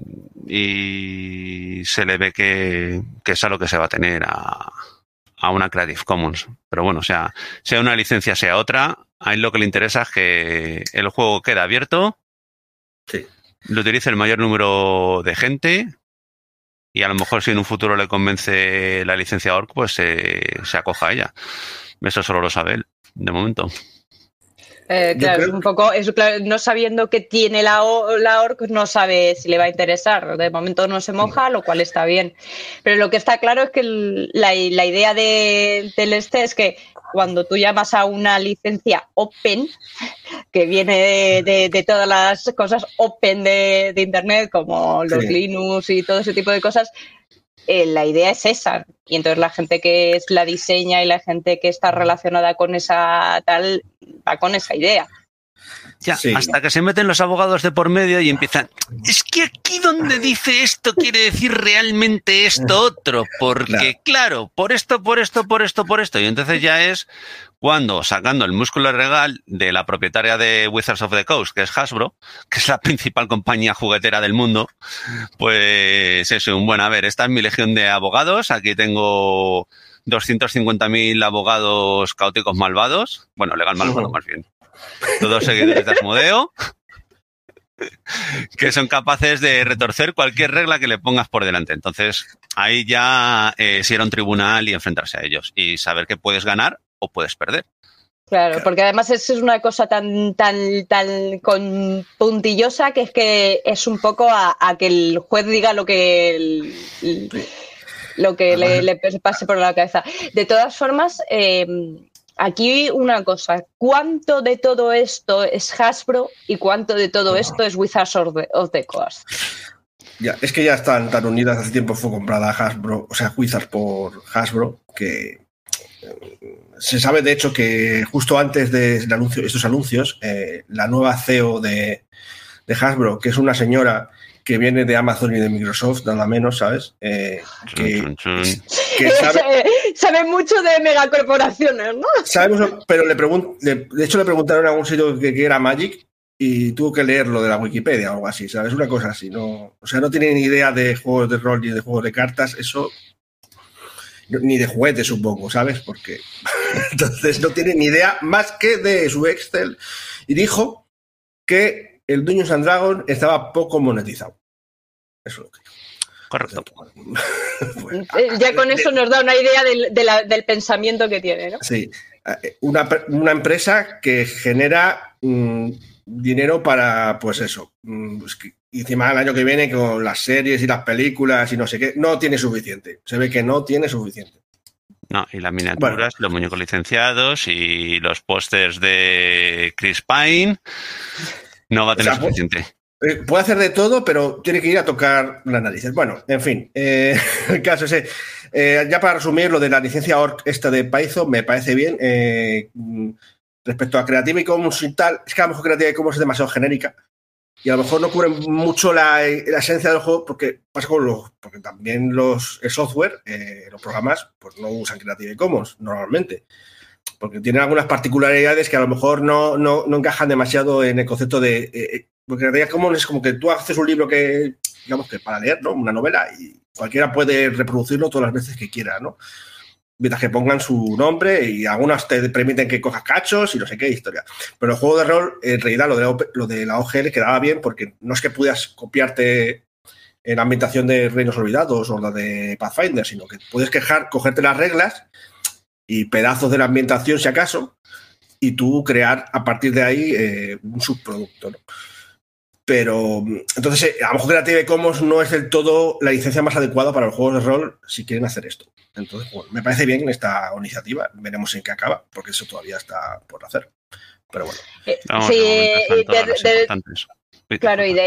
y se le ve que, que es a lo que se va a tener a, a una Creative Commons. Pero bueno, o sea, sea una licencia, sea otra, a él lo que le interesa es que el juego quede abierto. Sí. Lo utilice el mayor número de gente y a lo mejor si en un futuro le convence la licencia Orc, pues eh, se acoja a ella. Eso solo lo sabe él, de momento. Eh, claro, es un poco, es, claro, no sabiendo que tiene la, la Orc, no sabe si le va a interesar. De momento no se moja, lo cual está bien. Pero lo que está claro es que el, la, la idea de, del este es que cuando tú llamas a una licencia open, que viene de, de, de todas las cosas open de, de Internet, como los sí. Linux y todo ese tipo de cosas, eh, la idea es esa. Y entonces la gente que es la diseña y la gente que está relacionada con esa tal, va con esa idea. Ya, sí. Hasta que se meten los abogados de por medio y empiezan, es que aquí donde dice esto quiere decir realmente esto otro, porque claro. claro, por esto, por esto, por esto, por esto. Y entonces ya es cuando, sacando el músculo legal de la propietaria de Wizards of the Coast, que es Hasbro, que es la principal compañía juguetera del mundo, pues eso, un buen, a ver, esta es mi legión de abogados, aquí tengo doscientos cincuenta mil abogados caóticos malvados, bueno, legal malvado uh-huh. más bien. Todos seguidores de Asmodeo que son capaces de retorcer cualquier regla que le pongas por delante. Entonces, ahí ya eh, si era un tribunal y enfrentarse a ellos y saber que puedes ganar o puedes perder. Claro, porque además es una cosa tan tan tan con puntillosa que es que es un poco a, a que el juez diga lo que el, el, lo que le, le pase por la cabeza. De todas formas, eh, aquí una cosa, ¿cuánto de todo esto es Hasbro y cuánto de todo esto es Wizards of the, of the Coast? Ya, es que ya están tan unidas, hace tiempo fue comprada Hasbro, o sea, Wizards por Hasbro, que eh, se sabe de hecho que justo antes de anuncio, estos anuncios, eh, la nueva C E O de, de Hasbro, que es una señora que viene de Amazon y de Microsoft, nada menos, ¿sabes? Eh, que, chun, chun, chun. que sabe, sabe mucho de megacorporaciones, ¿no? Sabe mucho, pero le pregun- le, de hecho le preguntaron a algún sitio que, que era Magic y tuvo que leerlo de la Wikipedia o algo así, ¿sabes? Una cosa así, ¿no? O sea, no tiene ni idea de juegos de rol ni de juegos de cartas, eso, ni de juguetes, supongo, ¿sabes? Porque entonces no tiene ni idea más que de su Excel y dijo que el Dungeons and Dragons estaba poco monetizado. Eso es lo que dijo. Correcto. Bueno, ya con eso nos da una idea del, de la, del pensamiento que tiene, ¿no? Sí. Una, una empresa que genera mmm, dinero para, pues eso, mmm, y encima el año que viene con las series y las películas y no sé qué, no tiene suficiente. Se ve que no tiene suficiente. No, y las miniaturas, bueno, los muñecos licenciados y los pósters de Chris Pine no va a tener o sea, suficiente. Puede hacer de todo, pero tiene que ir a tocar las narices. Bueno, en fin, eh, el caso es, eh, ya para resumir, lo de la licencia Orc esta de Python me parece bien. Eh, respecto a Creative Commons y tal, es que a lo mejor Creative Commons es demasiado genérica y a lo mejor no cubre mucho la, la esencia del juego porque pasa con los, porque también los el software, eh, los programas, pues no usan Creative Commons normalmente. Porque tienen algunas particularidades que a lo mejor no, no, no encajan demasiado en el concepto de... Eh, porque en realidad como es como que tú haces un libro que, digamos que para leer, ¿no? Una novela y cualquiera puede reproducirlo todas las veces que quiera, ¿no? Mientras que pongan su nombre y algunas te permiten que cojas cachos y no sé qué historia. Pero el juego de rol, en realidad, lo de la, lo de la O G L quedaba bien porque no es que pudieras copiarte en la ambientación de Reinos Olvidados o la de Pathfinder, sino que puedes quejar, cogerte las reglas y pedazos de la ambientación, si acaso, y tú crear a partir de ahí eh, un subproducto, ¿no? Pero, entonces, eh, a lo mejor Creative Commons no es del todo la licencia más adecuada para los juegos de rol si quieren hacer esto. Entonces, bueno, me parece bien esta iniciativa. Veremos en qué acaba, porque eso todavía está por hacer. Pero bueno. Eh, sí, y de, de, claro, y de,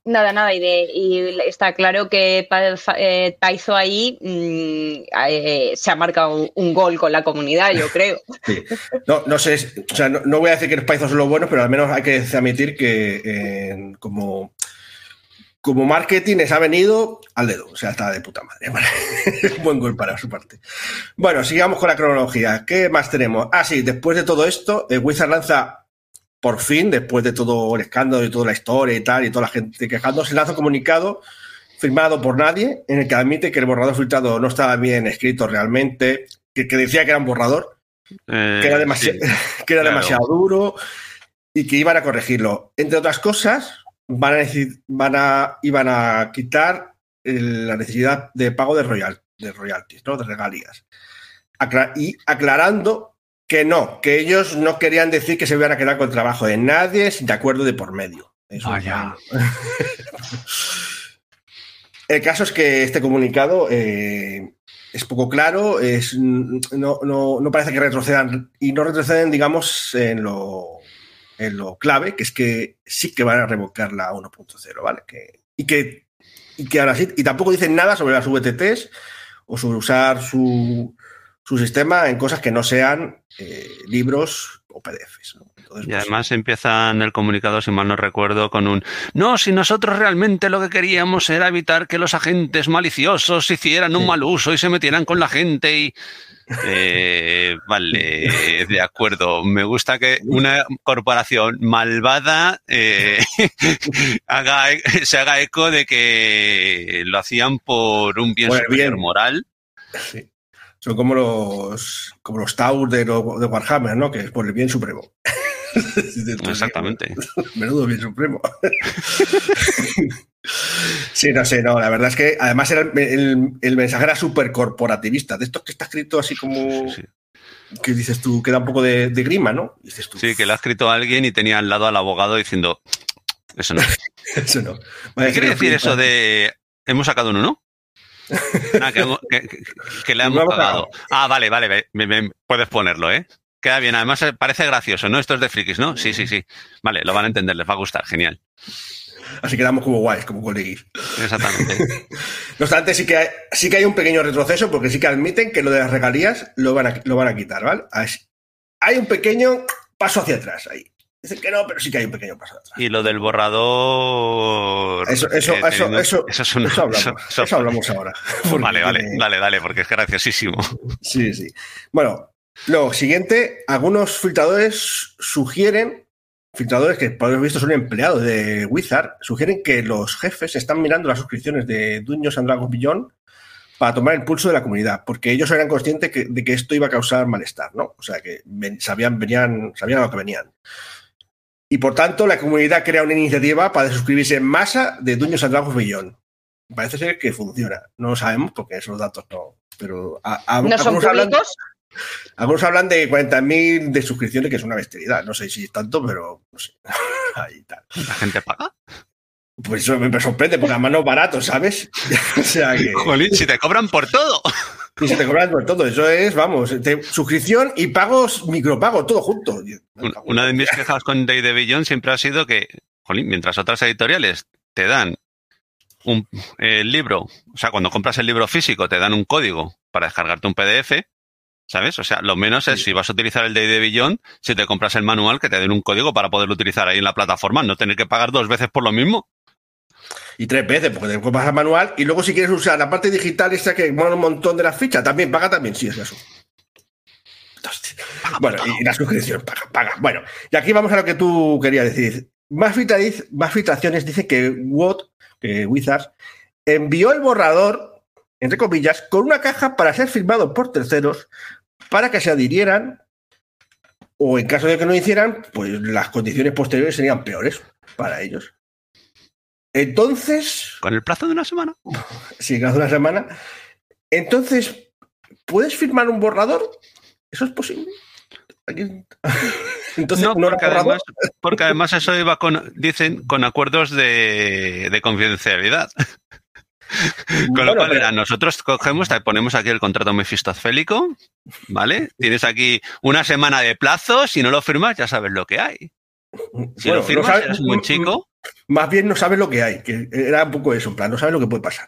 Nada, nada, y, de, y está claro que eh, Taizo ahí mmm, eh, se ha marcado un, un gol con la comunidad, yo creo. Sí. No, no sé, o sea, no, no voy a decir que los Taizo son los buenos, pero al menos hay que admitir que eh, como, como marketing les ha venido al dedo, o sea, está de puta madre, ¿vale? Un buen gol para su parte. Bueno, sigamos con la cronología. ¿Qué más tenemos? Ah, sí, después de todo esto, eh, Wizard lanza... Por fin, después de todo el escándalo y toda la historia y tal, y toda la gente quejándose, lanza un comunicado firmado por nadie en el que admite que el borrador filtrado no estaba bien escrito realmente, que, que decía que era un borrador, eh, que era, demasi- sí, que era claro. demasiado duro y que iban a corregirlo. Entre otras cosas, van a, decir, van a, iban a quitar el, la necesidad de pago de, royal, de royalties, ¿no? De regalías. Aclar- y aclarando que no, que ellos no querían decir que se iban a quedar con el trabajo de nadie sin de acuerdo de por medio. Eso Vaya. El caso es que este comunicado eh, es poco claro, es, no, no, no parece que retrocedan, y no retroceden, digamos, en lo, en lo clave, que es que sí que van a revocar la uno punto cero, ¿vale? Que, y, que, y que ahora sí, y tampoco dicen nada sobre las V T Ts o sobre usar su... su sistema en cosas que no sean eh, libros o P D Fs, ¿no? Entonces, y pues, además empiezan el comunicado, si mal no recuerdo, con un no, si nosotros realmente lo que queríamos era evitar que los agentes maliciosos hicieran un sí. mal uso y se metieran con la gente y... Eh, vale, de acuerdo. Me gusta que una corporación malvada eh, haga, se haga eco de que lo hacían por un bien bueno, superior bien. moral. Sí. Son como los como los Taur de, de Warhammer, ¿no? Que es por el bien supremo. Exactamente. Menudo bien supremo. Sí, no sé, no, la verdad es que además era el, el, el mensaje era súper corporativista, de estos que está escrito así como... Sí, sí. Que dices tú, que da un poco de, de grima, ¿no? Dices tú, sí, que lo ha escrito alguien y tenía al lado al abogado diciendo, eso no. Eso no. ¿Qué quiere decir eso de hemos sacado uno, no? Ah, que, que, que, que le hemos cagado. Ah, vale, vale, me, me, puedes ponerlo, ¿eh? Queda bien, además parece gracioso, ¿no? Esto es de frikis, ¿no? Sí, sí, sí. Vale, lo van a entender, les va a gustar, genial. Así quedamos como guays, como coleguis. Exactamente. No obstante, sí que, hay, sí que hay un pequeño retroceso, porque sí que admiten que lo de las regalías lo van a, lo van a quitar, ¿vale? Hay un pequeño paso hacia atrás ahí. Dicen que no, pero sí que hay un pequeño paso atrás. Y lo del borrador... Eso, eso, eh, eso, teniendo... eso, eso, es una... eso, hablamos, eso, eso... eso hablamos ahora. Vale, vale, tiene... dale, dale, porque es graciosísimo. Sí, sí. Bueno, lo siguiente, algunos filtradores sugieren, filtradores que por lo visto son empleados de Wizard, sugieren que los jefes están mirando las suscripciones de Dungeons and Dragons Beyond para tomar el pulso de la comunidad, porque ellos eran conscientes que, de que esto iba a causar malestar, ¿no? O sea, que ven, sabían, venían, sabían a lo que venían. Y por tanto, la comunidad crea una iniciativa para suscribirse en masa de Dungeons and Dragons Beyond. Parece ser que funciona. No lo sabemos porque esos datos no. Pero a, a, ¿No son públicos? Hablan, algunos hablan de cuarenta mil de suscripciones, que es una bestialidad. No sé si es tanto, pero no sé. Ahí tal. ¿La gente paga? Pues eso me sorprende, porque además no es barato, ¿sabes? O sea que... Jolín, si te cobran por todo. Y si te cobran por todo, eso es, vamos, te, suscripción y pagos, micropago, todo junto. Una de mis quejas con Day de Beyond siempre ha sido que, jolín, mientras otras editoriales te dan un eh, libro, o sea, cuando compras el libro físico te dan un código para descargarte un P D F, ¿sabes? O sea, lo menos es sí. Si vas a utilizar el Day de Beyond, si te compras el manual, que te den un código para poderlo utilizar ahí en la plataforma, no tener que pagar dos veces por lo mismo. Y tres veces, porque te compras el manual y luego si quieres usar la parte digital esta que mola un montón de las fichas, también paga también, sí, es eso. Bueno, y la suscripción, paga, paga. Bueno, y aquí vamos a lo que tú querías decir. Más, filtradiz, más filtraciones dice que Watt, que Wizards, envió el borrador, entre comillas, con una caja para ser firmado por terceros para que se adhirieran o en caso de que no hicieran, pues las condiciones posteriores serían peores para ellos. Entonces... ¿Con el plazo de una semana? Sí, con el plazo de una semana. Entonces, ¿puedes firmar un borrador? ¿Eso es posible? Entonces, no, porque, ¿no además, porque además eso iba con, dicen, con acuerdos de, de confidencialidad. Con bueno, lo cual, pero... era, nosotros cogemos, ponemos aquí el contrato mefistofélico, ¿vale? Tienes aquí una semana de plazo, si no lo firmas ya sabes lo que hay. Si bueno, lo firmas, no sabes, eres un buen chico... más bien no sabes lo que hay, que era un poco eso, en plan, no sabes lo que puede pasar.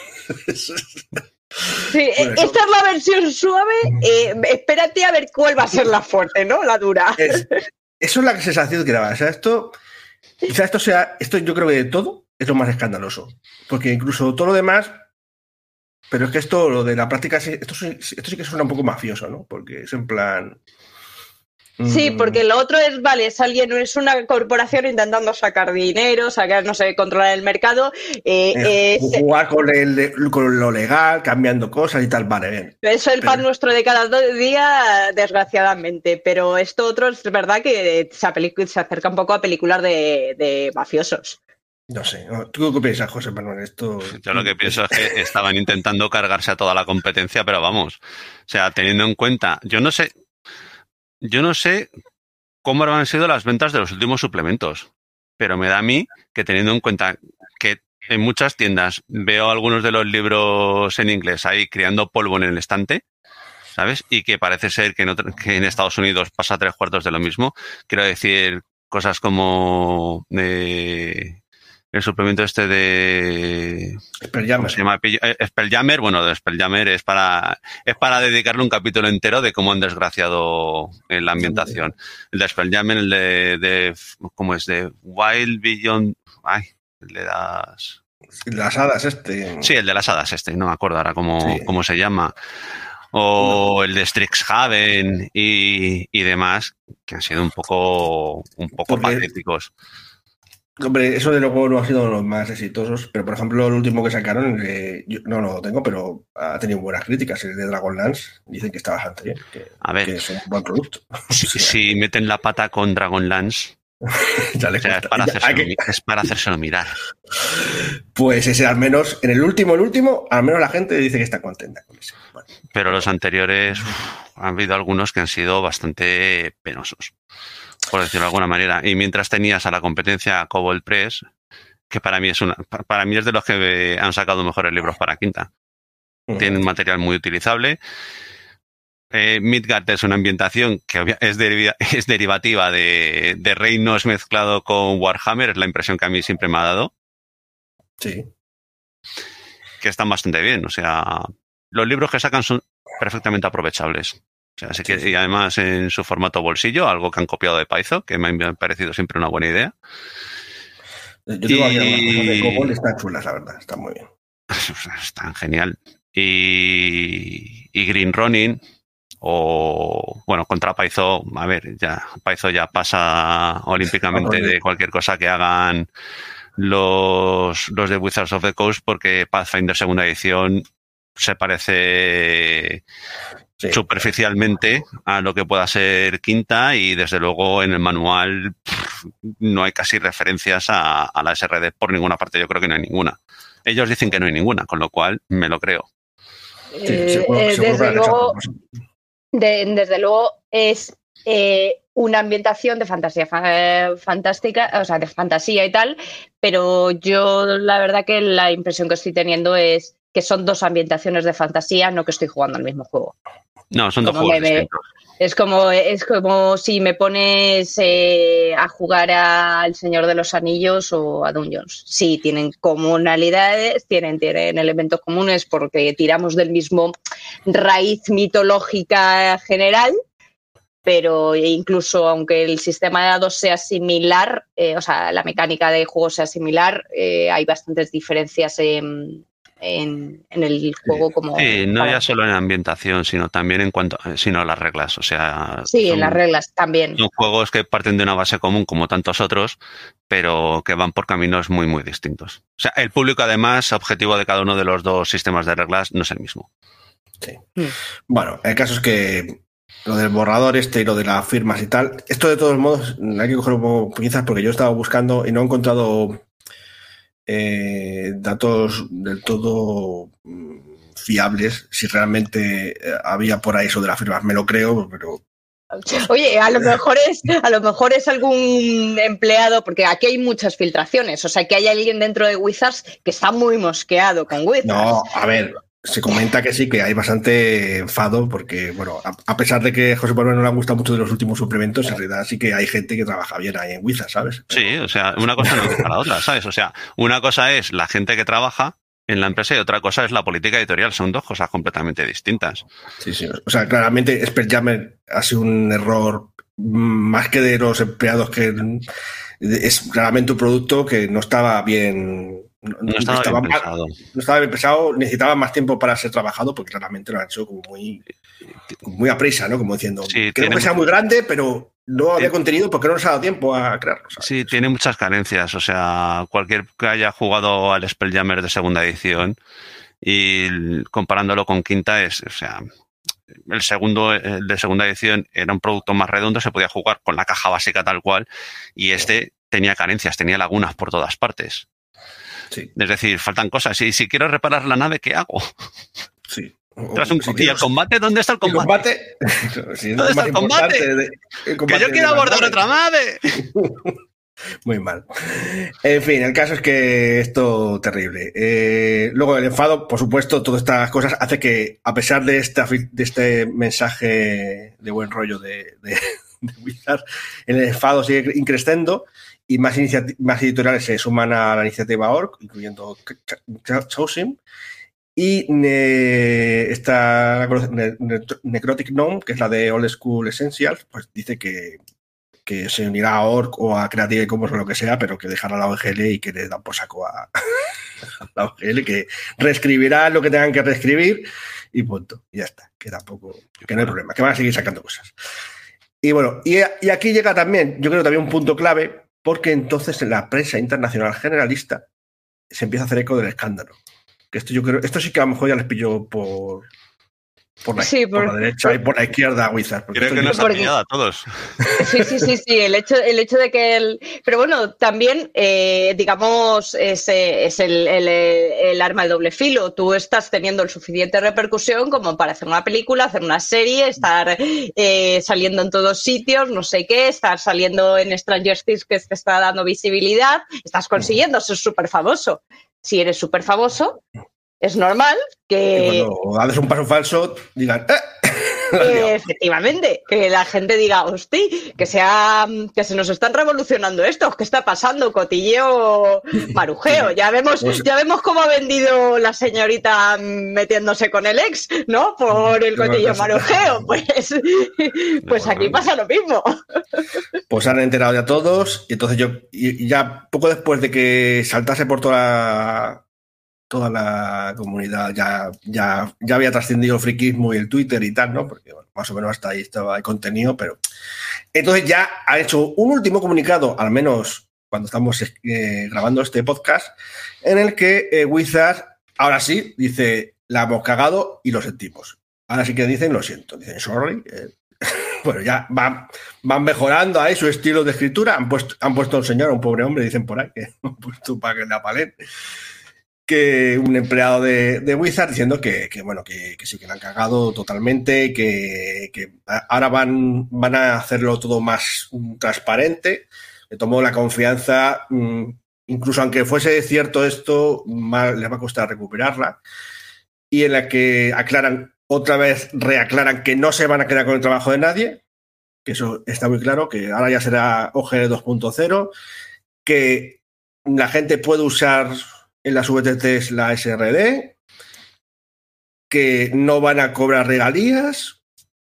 Sí, bueno, esta es la versión suave, eh, espérate a ver cuál va a ser la fuerte, ¿no? La dura. Es, eso es la sensación que daba. O sea, esto, o sea, esto sea, esto yo creo que de todo es lo más escandaloso. Porque incluso todo lo demás, pero es que esto, lo de la práctica, esto, esto sí que suena un poco mafioso, ¿no? Porque es en plan... Sí, porque lo otro es, vale, es alguien, es una corporación intentando sacar dinero, sacar, no sé, controlar el mercado. Eh, eh, jugar con, el, con lo legal, cambiando cosas y tal, vale, bien. Eso es el pan pero... nuestro de cada día, desgraciadamente, pero esto otro es verdad que se, se acerca un poco a películas de, de mafiosos. No sé, ¿tú qué piensas, José Manuel? Esto... Yo lo que pienso es que estaban intentando cargarse a toda la competencia, pero vamos, o sea, teniendo en cuenta, yo no sé... Yo no sé cómo habrán sido las ventas de los últimos suplementos, pero me da a mí que teniendo en cuenta que en muchas tiendas veo algunos de los libros en inglés ahí criando polvo en el estante, ¿sabes? Y que parece ser que en, otro, que en Estados Unidos pasa tres cuartos de lo mismo. Quiero decir cosas como eh, el suplemento este de... Spelljammer. Se llama? Spelljammer. Bueno, de Spelljammer es para, es para dedicarle un capítulo entero de cómo han desgraciado en la ambientación. El de Spelljammer, el de, de... ¿Cómo es? De Wild Beyond... Ay, el de las... Las hadas este. Sí, el de las hadas este. No me acuerdo ahora cómo, sí. cómo se llama. O no. El de Strixhaven y, y demás, que han sido un poco, un poco Porque... patéticos. Hombre, eso de luego no ha sido los más exitosos, pero por ejemplo el último que sacaron, eh, yo no lo tengo, pero ha tenido buenas críticas, el de Dragonlance, dicen que está bastante bien, que, a ver, que es un buen producto. Si, o sea, si meten la pata con Dragonlance, ya le o sea, es, para hacérselo, que... es para hacérselo mirar. Pues ese al menos, en el último, el último, al menos la gente dice que está contenta con ese. Bueno, pero los anteriores, uf, han habido algunos que han sido bastante penosos, por decirlo de alguna manera. Y mientras tenías a la competencia Kobold Press, que para mí es una, para mí es de los que han sacado mejores libros para quinta. Uh-huh. Tienen material muy utilizable. Eh, Midgard es una ambientación que es, deriva, es derivativa de, de reinos mezclado con Warhammer, es la impresión que a mí siempre me ha dado. Sí. Que están bastante bien, o sea, los libros que sacan son perfectamente aprovechables. O sea, así que, sí, sí. Y además en su formato bolsillo, algo que han copiado de Paizo, que me ha parecido siempre una buena idea. Yo tengo y... aquí algunas cosas de Kobold, están chulas, la verdad, están muy bien. Están genial. Y, y Green Ronin, o bueno, contra Paizo, a ver, ya Paizo ya pasa olímpicamente de cualquier cosa que hagan los, los de Wizards of the Coast, porque Pathfinder segunda edición se parece sí, superficialmente a lo que pueda ser quinta, y desde luego en el manual pff, no hay casi referencias a, a la S R D por ninguna parte. Yo creo que no hay ninguna. Ellos dicen que no hay ninguna, con lo cual me lo creo. Sí, seguro, eh, seguro desde, luego, de, desde luego es eh, una ambientación de fantasía fa- fantástica, o sea, de fantasía y tal, pero yo la verdad que la impresión que estoy teniendo es que son dos ambientaciones de fantasía, no que estoy jugando al mismo juego. No, son dos como juegos me, distintos. Es como, es como si me pones eh, a jugar al Señor de los Anillos o a Dungeons. Sí, tienen comunalidades, tienen, tienen elementos comunes porque tiramos del mismo raíz mitológica general, pero incluso aunque el sistema de dados sea similar, eh, o sea, la mecánica de juego sea similar, eh, hay bastantes diferencias en... En, en el juego como... Sí, no ya solo en ambientación, sino también en cuanto sino a las reglas, o sea... Sí, son, en las reglas también. Son juegos que parten de una base común como tantos otros, pero que van por caminos muy, muy distintos. O sea, el público además, objetivo de cada uno de los dos sistemas de reglas, no es el mismo. Sí. Mm. Bueno, el caso es que lo del borrador este y lo de las firmas y tal, esto de todos modos hay que coger un poco pinzas porque yo he estado buscando y no he encontrado... Eh, datos del todo fiables, si realmente había por ahí eso de las firmas, me lo creo, pero... Oye, a lo mejor es, a lo mejor es algún empleado, porque aquí hay muchas filtraciones, o sea que hay alguien dentro de Wizards que está muy mosqueado con Wizards. No, a ver, se comenta que sí, que hay bastante enfado porque, bueno, a, a pesar de que a José Manuel no le han gustado mucho de los últimos suplementos, en realidad sí que hay gente que trabaja bien ahí en Wizard, ¿sabes? Pero... Sí, o sea, una cosa no quita la otra, ¿sabes? O sea, una cosa es la gente que trabaja en la empresa y otra cosa es la política editorial. Son dos cosas completamente distintas. Sí, sí. O sea, claramente Spelljammer ha sido un error más que de los empleados, que es claramente un producto que no estaba bien... No, no, estaba estaba bien mal, pensado. no estaba bien pensado, necesitaba más tiempo para ser trabajado, porque claramente lo han hecho como muy, muy a prisa, ¿no? Como diciendo, sí, creo que sea muy grande, pero no había contenido porque no nos ha dado tiempo a crearlo, ¿sabes? Sí, tiene muchas carencias. O sea, cualquier que haya jugado al Spelljammer de segunda edición y comparándolo con quinta es, o sea, el segundo, el de segunda edición era un producto más redondo, se podía jugar con la caja básica tal cual, y este tenía carencias, tenía lagunas por todas partes. Sí. Es decir, faltan cosas. Y si quiero reparar la nave, ¿qué hago? Sí. O, un, si ¿Y el combate? ¿Dónde está el combate? ¿El combate? Sí, ¿Dónde está el combate? De, el combate? ¡Que yo quiero abordar otra nave! Muy mal. En fin, el caso es que esto terrible. Eh, luego el enfado, por supuesto, todas estas cosas hace que, a pesar de, esta, de este mensaje de buen rollo de, de, de Wizard, el enfado sigue increciendo y más, más editoriales se suman a la iniciativa org, incluyendo Chosim. Y eh, esta ne Necrotic Gnome, que es la de Old School Essentials, pues dice que, que se unirá a org o a Creative Commons o lo que sea, pero que dejará la O G L y que le dan por saco a, a la O G L, que reescribirá lo que tengan que reescribir y punto. Y ya está, que tampoco, que no hay problema, que van a seguir sacando cosas. Y bueno, y, y aquí llega también, yo creo también un punto clave, porque entonces en la prensa internacional generalista se empieza a hacer eco del escándalo. Que esto yo creo, esto sí que a lo mejor ya les pilló por, por, la, sí, por, por la derecha por, y por la izquierda a Wizard. Creo que nos ha pillado a todos. Sí, sí, sí, sí. El hecho, el hecho de que el. Pero bueno, también, eh, digamos, es, es el, el, el arma de doble filo. Tú estás teniendo el suficiente repercusión como para hacer una película, hacer una serie, estar eh, saliendo en todos sitios, no sé qué, estar saliendo en Stranger Things, que te está dando visibilidad. Estás consiguiendo ser súper famoso. Si eres súper famoso, es normal que... Y cuando haces un paso falso, digan... ¡Eh! Eh, efectivamente, que la gente diga, hostia, que, sea, que se nos están revolucionando estos, ¿qué está pasando? Cotilleo, marujeo. Ya vemos, ya vemos cómo ha vendido la señorita metiéndose con el ex, ¿no? Por el cotilleo marujeo. Pues, pues aquí pasa lo mismo. Pues han enterado ya todos, y entonces yo, y ya poco después de que saltase por toda la... toda la comunidad ya, ya, ya había trascendido el friquismo y el Twitter y tal, ¿no? Porque bueno, más o menos hasta ahí estaba el contenido, pero entonces ya ha hecho un último comunicado, al menos cuando estamos eh, grabando este podcast, en el que eh, Wizard, ahora sí, dice, la hemos cagado y lo sentimos. Ahora sí que dicen, lo siento, dicen, sorry. Eh, bueno, ya van, van mejorando ahí su estilo de escritura, han puesto, han puesto a un señor, a un pobre hombre, dicen por ahí, que han puesto para que le apalen. Que un empleado de, de Wizard diciendo que, que bueno, que, que sí que la han cagado totalmente, que, que ahora van, van a hacerlo todo más um, transparente. Le tomó la confianza, um, incluso aunque fuese cierto esto, más, les va a costar recuperarla. Y en la que aclaran, otra vez reaclaran que no se van a quedar con el trabajo de nadie, que eso está muy claro, que ahora ya será O G L dos punto cero, que la gente puede usar en las V T Ts la S R D, que no van a cobrar regalías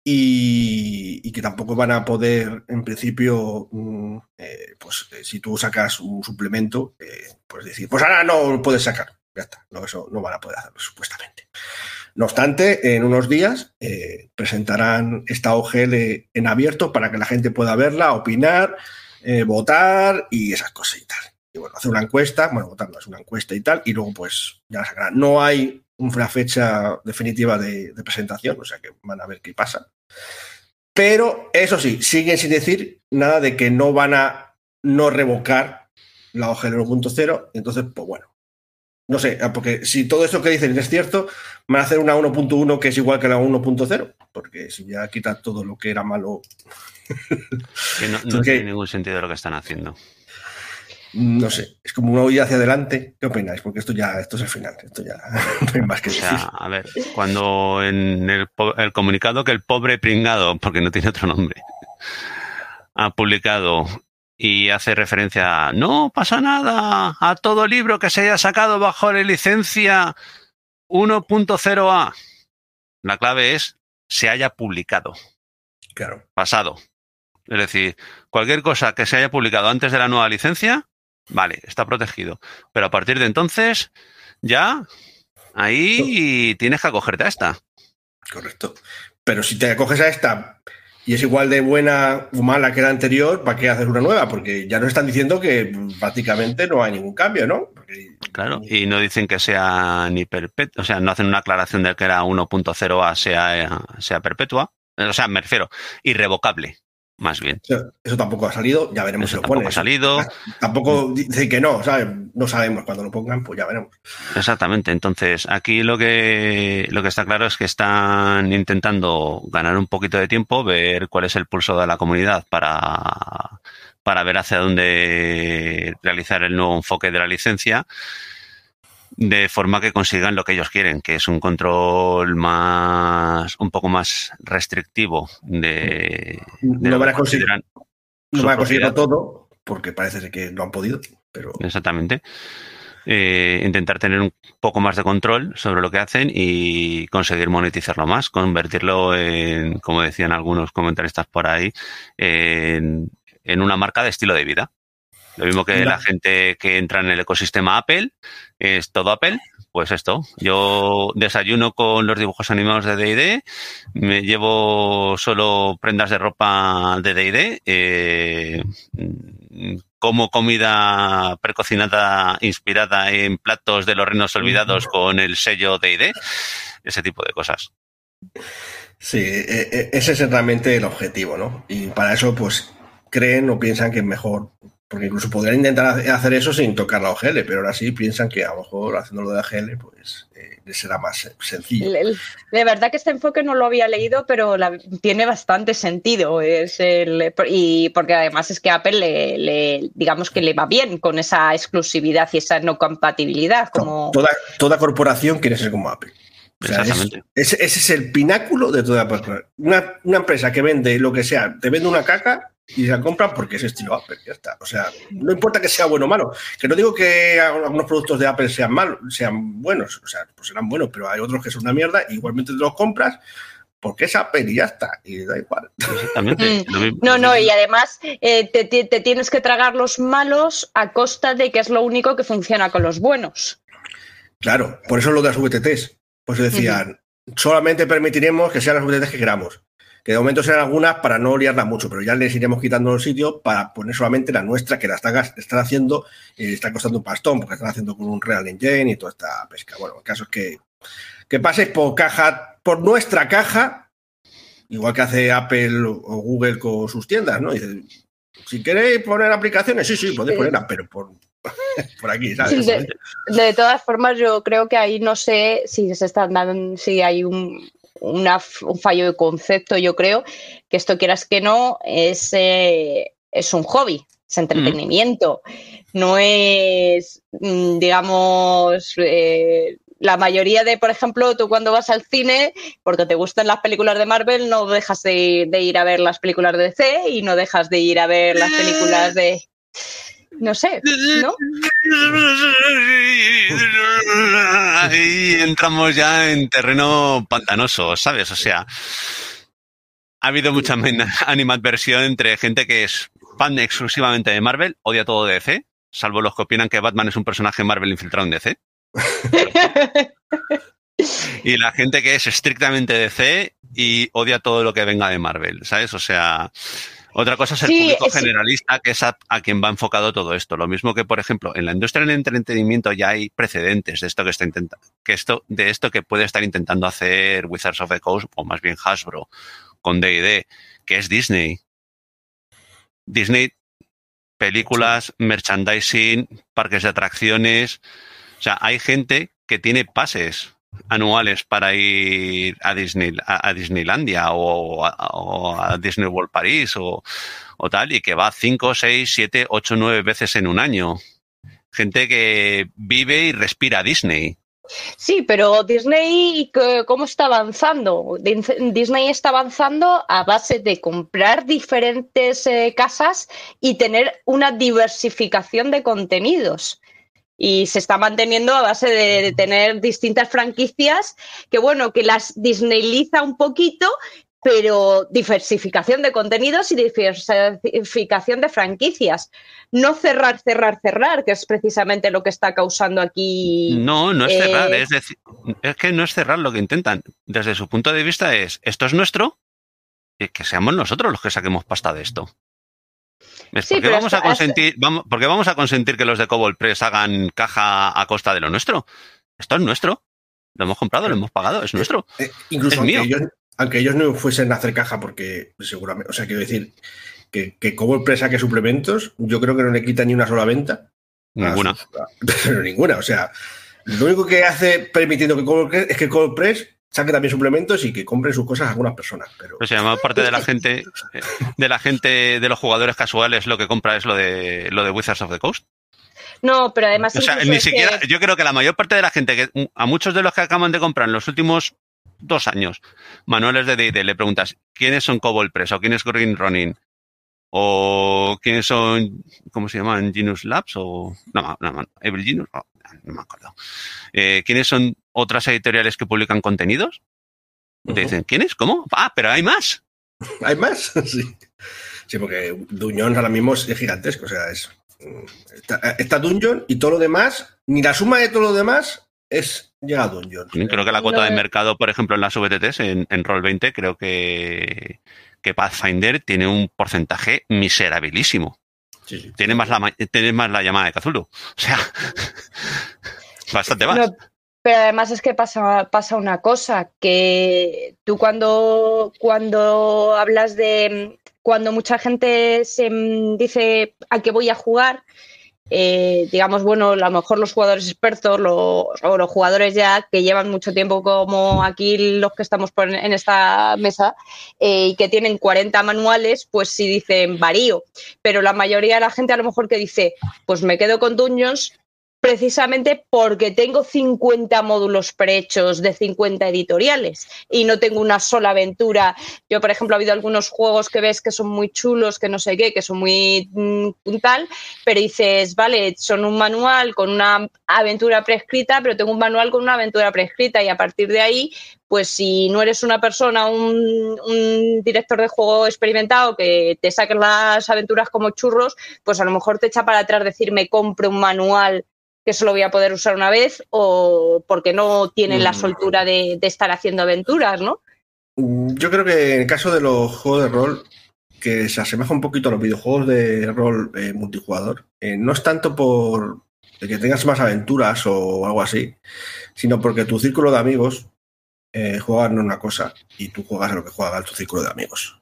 y, y que tampoco van a poder, en principio, mm, eh, pues eh, si tú sacas un suplemento, eh, pues decir, pues ahora no lo puedes sacar. Ya está, no, eso no van a poder hacerlo, supuestamente. No obstante, en unos días eh, presentarán esta O G L en abierto para que la gente pueda verla, opinar, eh, votar y esas cosas y tal. Y bueno, hacer una encuesta, bueno, votar no es una encuesta y tal, y luego pues ya la sacarán. No hay una fecha definitiva de, de presentación, o sea que van a ver qué pasa. Pero eso sí, siguen sin decir nada de que no van a no revocar la O G L uno punto cero, entonces pues bueno. No sé, porque si todo esto que dicen es cierto, van a hacer una uno punto uno que es igual que la uno punto cero, porque si ya quitan todo lo que era malo... Que no, no tiene ningún sentido lo que están haciendo. No sé, es como una huida hacia adelante. ¿Qué opináis? Porque esto ya esto es el final. Esto ya no hay más que O decir. sea, a ver, cuando en el, el comunicado que el pobre pringado, porque no tiene otro nombre, ha publicado y hace referencia a no pasa nada a todo libro que se haya sacado bajo la licencia uno punto cero a. La clave es se haya publicado. Claro. Pasado. Es decir, cualquier cosa que se haya publicado antes de la nueva licencia, vale, está protegido. Pero a partir de entonces, ya, ahí tienes que acogerte a esta. Correcto. Pero si te acoges a esta y es igual de buena o mala que la anterior, ¿para qué hacer una nueva? Porque ya nos están diciendo que prácticamente no hay ningún cambio, ¿no? Porque... Claro, y no dicen que sea ni perpetua, o sea, no hacen una aclaración de que era uno punto cero a sea, sea perpetua, o sea, me refiero, irrevocable. Más bien. Eso, eso tampoco ha salido, ya veremos eso si lo ponen. Ha salido. Tampoco dicen que no, ¿sabes? No sabemos cuando lo pongan, pues ya veremos. Exactamente. Entonces, aquí lo que lo que está claro es que están intentando ganar un poquito de tiempo, ver cuál es el pulso de la comunidad para, para ver hacia dónde realizar el nuevo enfoque de la licencia, de forma que consigan lo que ellos quieren, que es un control más, un poco más restrictivo de, de no van a conseguir, no van a conseguirlo todo, porque parece que no han podido, pero... Exactamente. Eh, intentar tener un poco más de control sobre lo que hacen y conseguir monetizarlo más, convertirlo en, como decían algunos comentaristas por ahí, en, en una marca de estilo de vida. Lo mismo que la gente que entra en el ecosistema Apple, es todo Apple, pues esto. Yo desayuno con los dibujos animados de D and D, me llevo solo prendas de ropa de D and D, eh, como comida precocinada inspirada en platos de los reinos olvidados con el sello D and D, ese tipo de cosas. Sí, ese es realmente el objetivo, ¿no? Y para eso, pues, creen o piensan que es mejor... Porque incluso podrían intentar hacer eso sin tocar la O G L, pero ahora sí piensan que a lo mejor haciéndolo de la O G L pues eh, será más sencillo. De verdad que este enfoque no lo había leído, pero la, tiene bastante sentido. Es el, y porque además es que Apple le, le, digamos que le va bien con esa exclusividad y esa no compatibilidad. Como... No, toda, toda corporación quiere ser como Apple. O sea, Exactamente. Es, ese es el pináculo de toda una, una empresa que vende lo que sea, te vende una caca y la compran porque es estilo Apple, ya está. O sea, no importa que sea bueno o malo. Que no digo que algunos productos de Apple sean malos, sean buenos, o sea, pues serán buenos, pero hay otros que son una mierda y igualmente te los compras porque es Apple y ya está, y da igual. Exactamente. No, no, y además eh, te, te, te tienes que tragar los malos a costa de que es lo único que funciona con los buenos. Claro, por eso lo de las V T Ts. Pues decían, uh-huh. solamente permitiremos que sean las V T Ts que queramos. Que de momento serán algunas para no liarla mucho, pero ya les iremos quitando los sitios para poner solamente la nuestra, que la están, están haciendo y eh, está costando un pastón, porque están haciendo con un Real Engine y toda esta pesca. Bueno, el caso es que, que paséis por caja, por nuestra caja, igual que hace Apple o Google con sus tiendas, ¿no? Dice, si queréis poner aplicaciones, sí, sí, podéis ponerlas, pero por... por aquí, ¿sabes? Sí, de, de todas formas, yo creo que ahí no sé si se están dando, si hay un, una, un fallo de concepto. Yo creo que esto, quieras que no, es, eh, es un hobby, es entretenimiento. Mm. No es, digamos, eh, la mayoría de, por ejemplo, tú cuando vas al cine, porque te gustan las películas de Marvel, no dejas de, de ir a ver las películas de D C y no dejas de ir a ver las películas de... No sé, ¿no? Ahí entramos ya en terreno pantanoso, ¿sabes? O sea, ha habido mucha animadversión entre gente que es fan exclusivamente de Marvel, odia todo de D C, salvo los que opinan que Batman es un personaje Marvel infiltrado en D C. Y la gente que es estrictamente D C y odia todo lo que venga de Marvel, ¿sabes? O sea... Otra cosa es el sí, público es... generalista, que es a, a quien va enfocado todo esto. Lo mismo que, por ejemplo, en la industria del entretenimiento ya hay precedentes de esto que está intentando, que esto, de esto que puede estar intentando hacer Wizards of the Coast, o más bien Hasbro, con D and D, que es Disney. Disney, películas, sí. merchandising, parques de atracciones. O sea, hay gente que tiene pases anuales para ir a Disney a, a Disneylandia o a, o a Disney World París o, o tal, y que va cinco, seis, siete, ocho, nueve veces en un año. gente que vive y respira Disney. Sí, pero Disney, ¿cómo está avanzando? Disney está avanzando a base de comprar diferentes eh, casas y tener una diversificación de contenidos. Y se está manteniendo a base de, de tener distintas franquicias que, bueno, que las disneyliza un poquito, pero diversificación de contenidos y diversificación de franquicias. No cerrar, cerrar, cerrar, que es precisamente lo que está causando aquí. No, no es eh... cerrar, es decir, es que no es cerrar lo que intentan. Desde su punto de vista es, esto es nuestro, y que seamos nosotros los que saquemos pasta de esto. ¿Ves? Sí, ¿Por qué vamos esto, a consentir, esto... vamos, ¿por qué vamos a consentir que los de Cobol Press hagan caja a costa de lo nuestro? Esto es nuestro. Lo hemos comprado, lo hemos pagado, es nuestro. Eh, eh, incluso es aunque mío. ellos, aunque ellos no fuesen a hacer caja, porque seguramente, o sea, quiero decir que, que Cobol Press saque suplementos, yo creo que no le quita ni una sola venta. Ninguna. Sus, pero ninguna, o sea, lo único que hace permitiendo que Cobol Press es que Cobol Press saque también suplementos y que compren sus cosas a algunas personas. Pero o sea, la mayor parte de la gente, de la gente, de los jugadores casuales, lo que compra es lo de lo de Wizards of the Coast. No, pero además... O sea, ni siquiera, que... yo creo que la mayor parte de la gente, que a muchos de los que acaban de comprar en los últimos dos años manuales de D and D, le preguntas ¿quiénes son Cobol Press o quién es Green Ronin? O quiénes son, ¿cómo se llaman? Genius Labs o... No, no, no Evil Genius, no, no me acuerdo. Eh, ¿Quiénes son otras editoriales que publican contenidos? Uh-huh. Te dicen, ¿quiénes? ¿Cómo? Ah, pero hay más. ¿Hay más? Sí. Sí, porque Dungeon ahora mismo es gigantesco, o sea, es... Está, está Dungeon y todo lo demás, ni la suma de todo lo demás es llega a Dungeon. Creo que la cuota no, de mercado, por ejemplo, en las V T Ts, en, en Roll veinte, creo que, que Pathfinder tiene un porcentaje miserabilísimo. Sí, sí. Tiene, más la, tiene más la llamada de Cthulhu. O sea, bastante más. No, pero además es que pasa, pasa una cosa, que tú cuando, cuando hablas de... Cuando mucha gente se dice a qué voy a jugar, eh, digamos, bueno, a lo mejor los jugadores expertos los, o los jugadores ya que llevan mucho tiempo como aquí los que estamos por, en esta mesa eh, y que tienen cuarenta manuales, pues sí dicen varío. Pero la mayoría de la gente a lo mejor que dice, pues me quedo con Dungeons precisamente porque tengo cincuenta módulos prehechos de cincuenta editoriales y no tengo una sola aventura. Yo, por ejemplo, ha habido algunos juegos que ves que son muy chulos, que no sé qué, que son muy mmm, tal, pero dices, vale, son un manual con una aventura prescrita, pero tengo un manual con una aventura prescrita y a partir de ahí, pues si no eres una persona, un, un director de juego experimentado que te saques las aventuras como churros, pues a lo mejor te echa para atrás decir, me compro un manual que solo voy a poder usar una vez o porque no tienen la soltura de, de estar haciendo aventuras, ¿no? Yo creo que en el caso de los juegos de rol, que se asemeja un poquito a los videojuegos de rol eh, multijugador, eh, no es tanto por que tengas más aventuras o algo así, sino porque tu círculo de amigos eh, juegan una cosa y tú juegas a lo que juega tu círculo de amigos.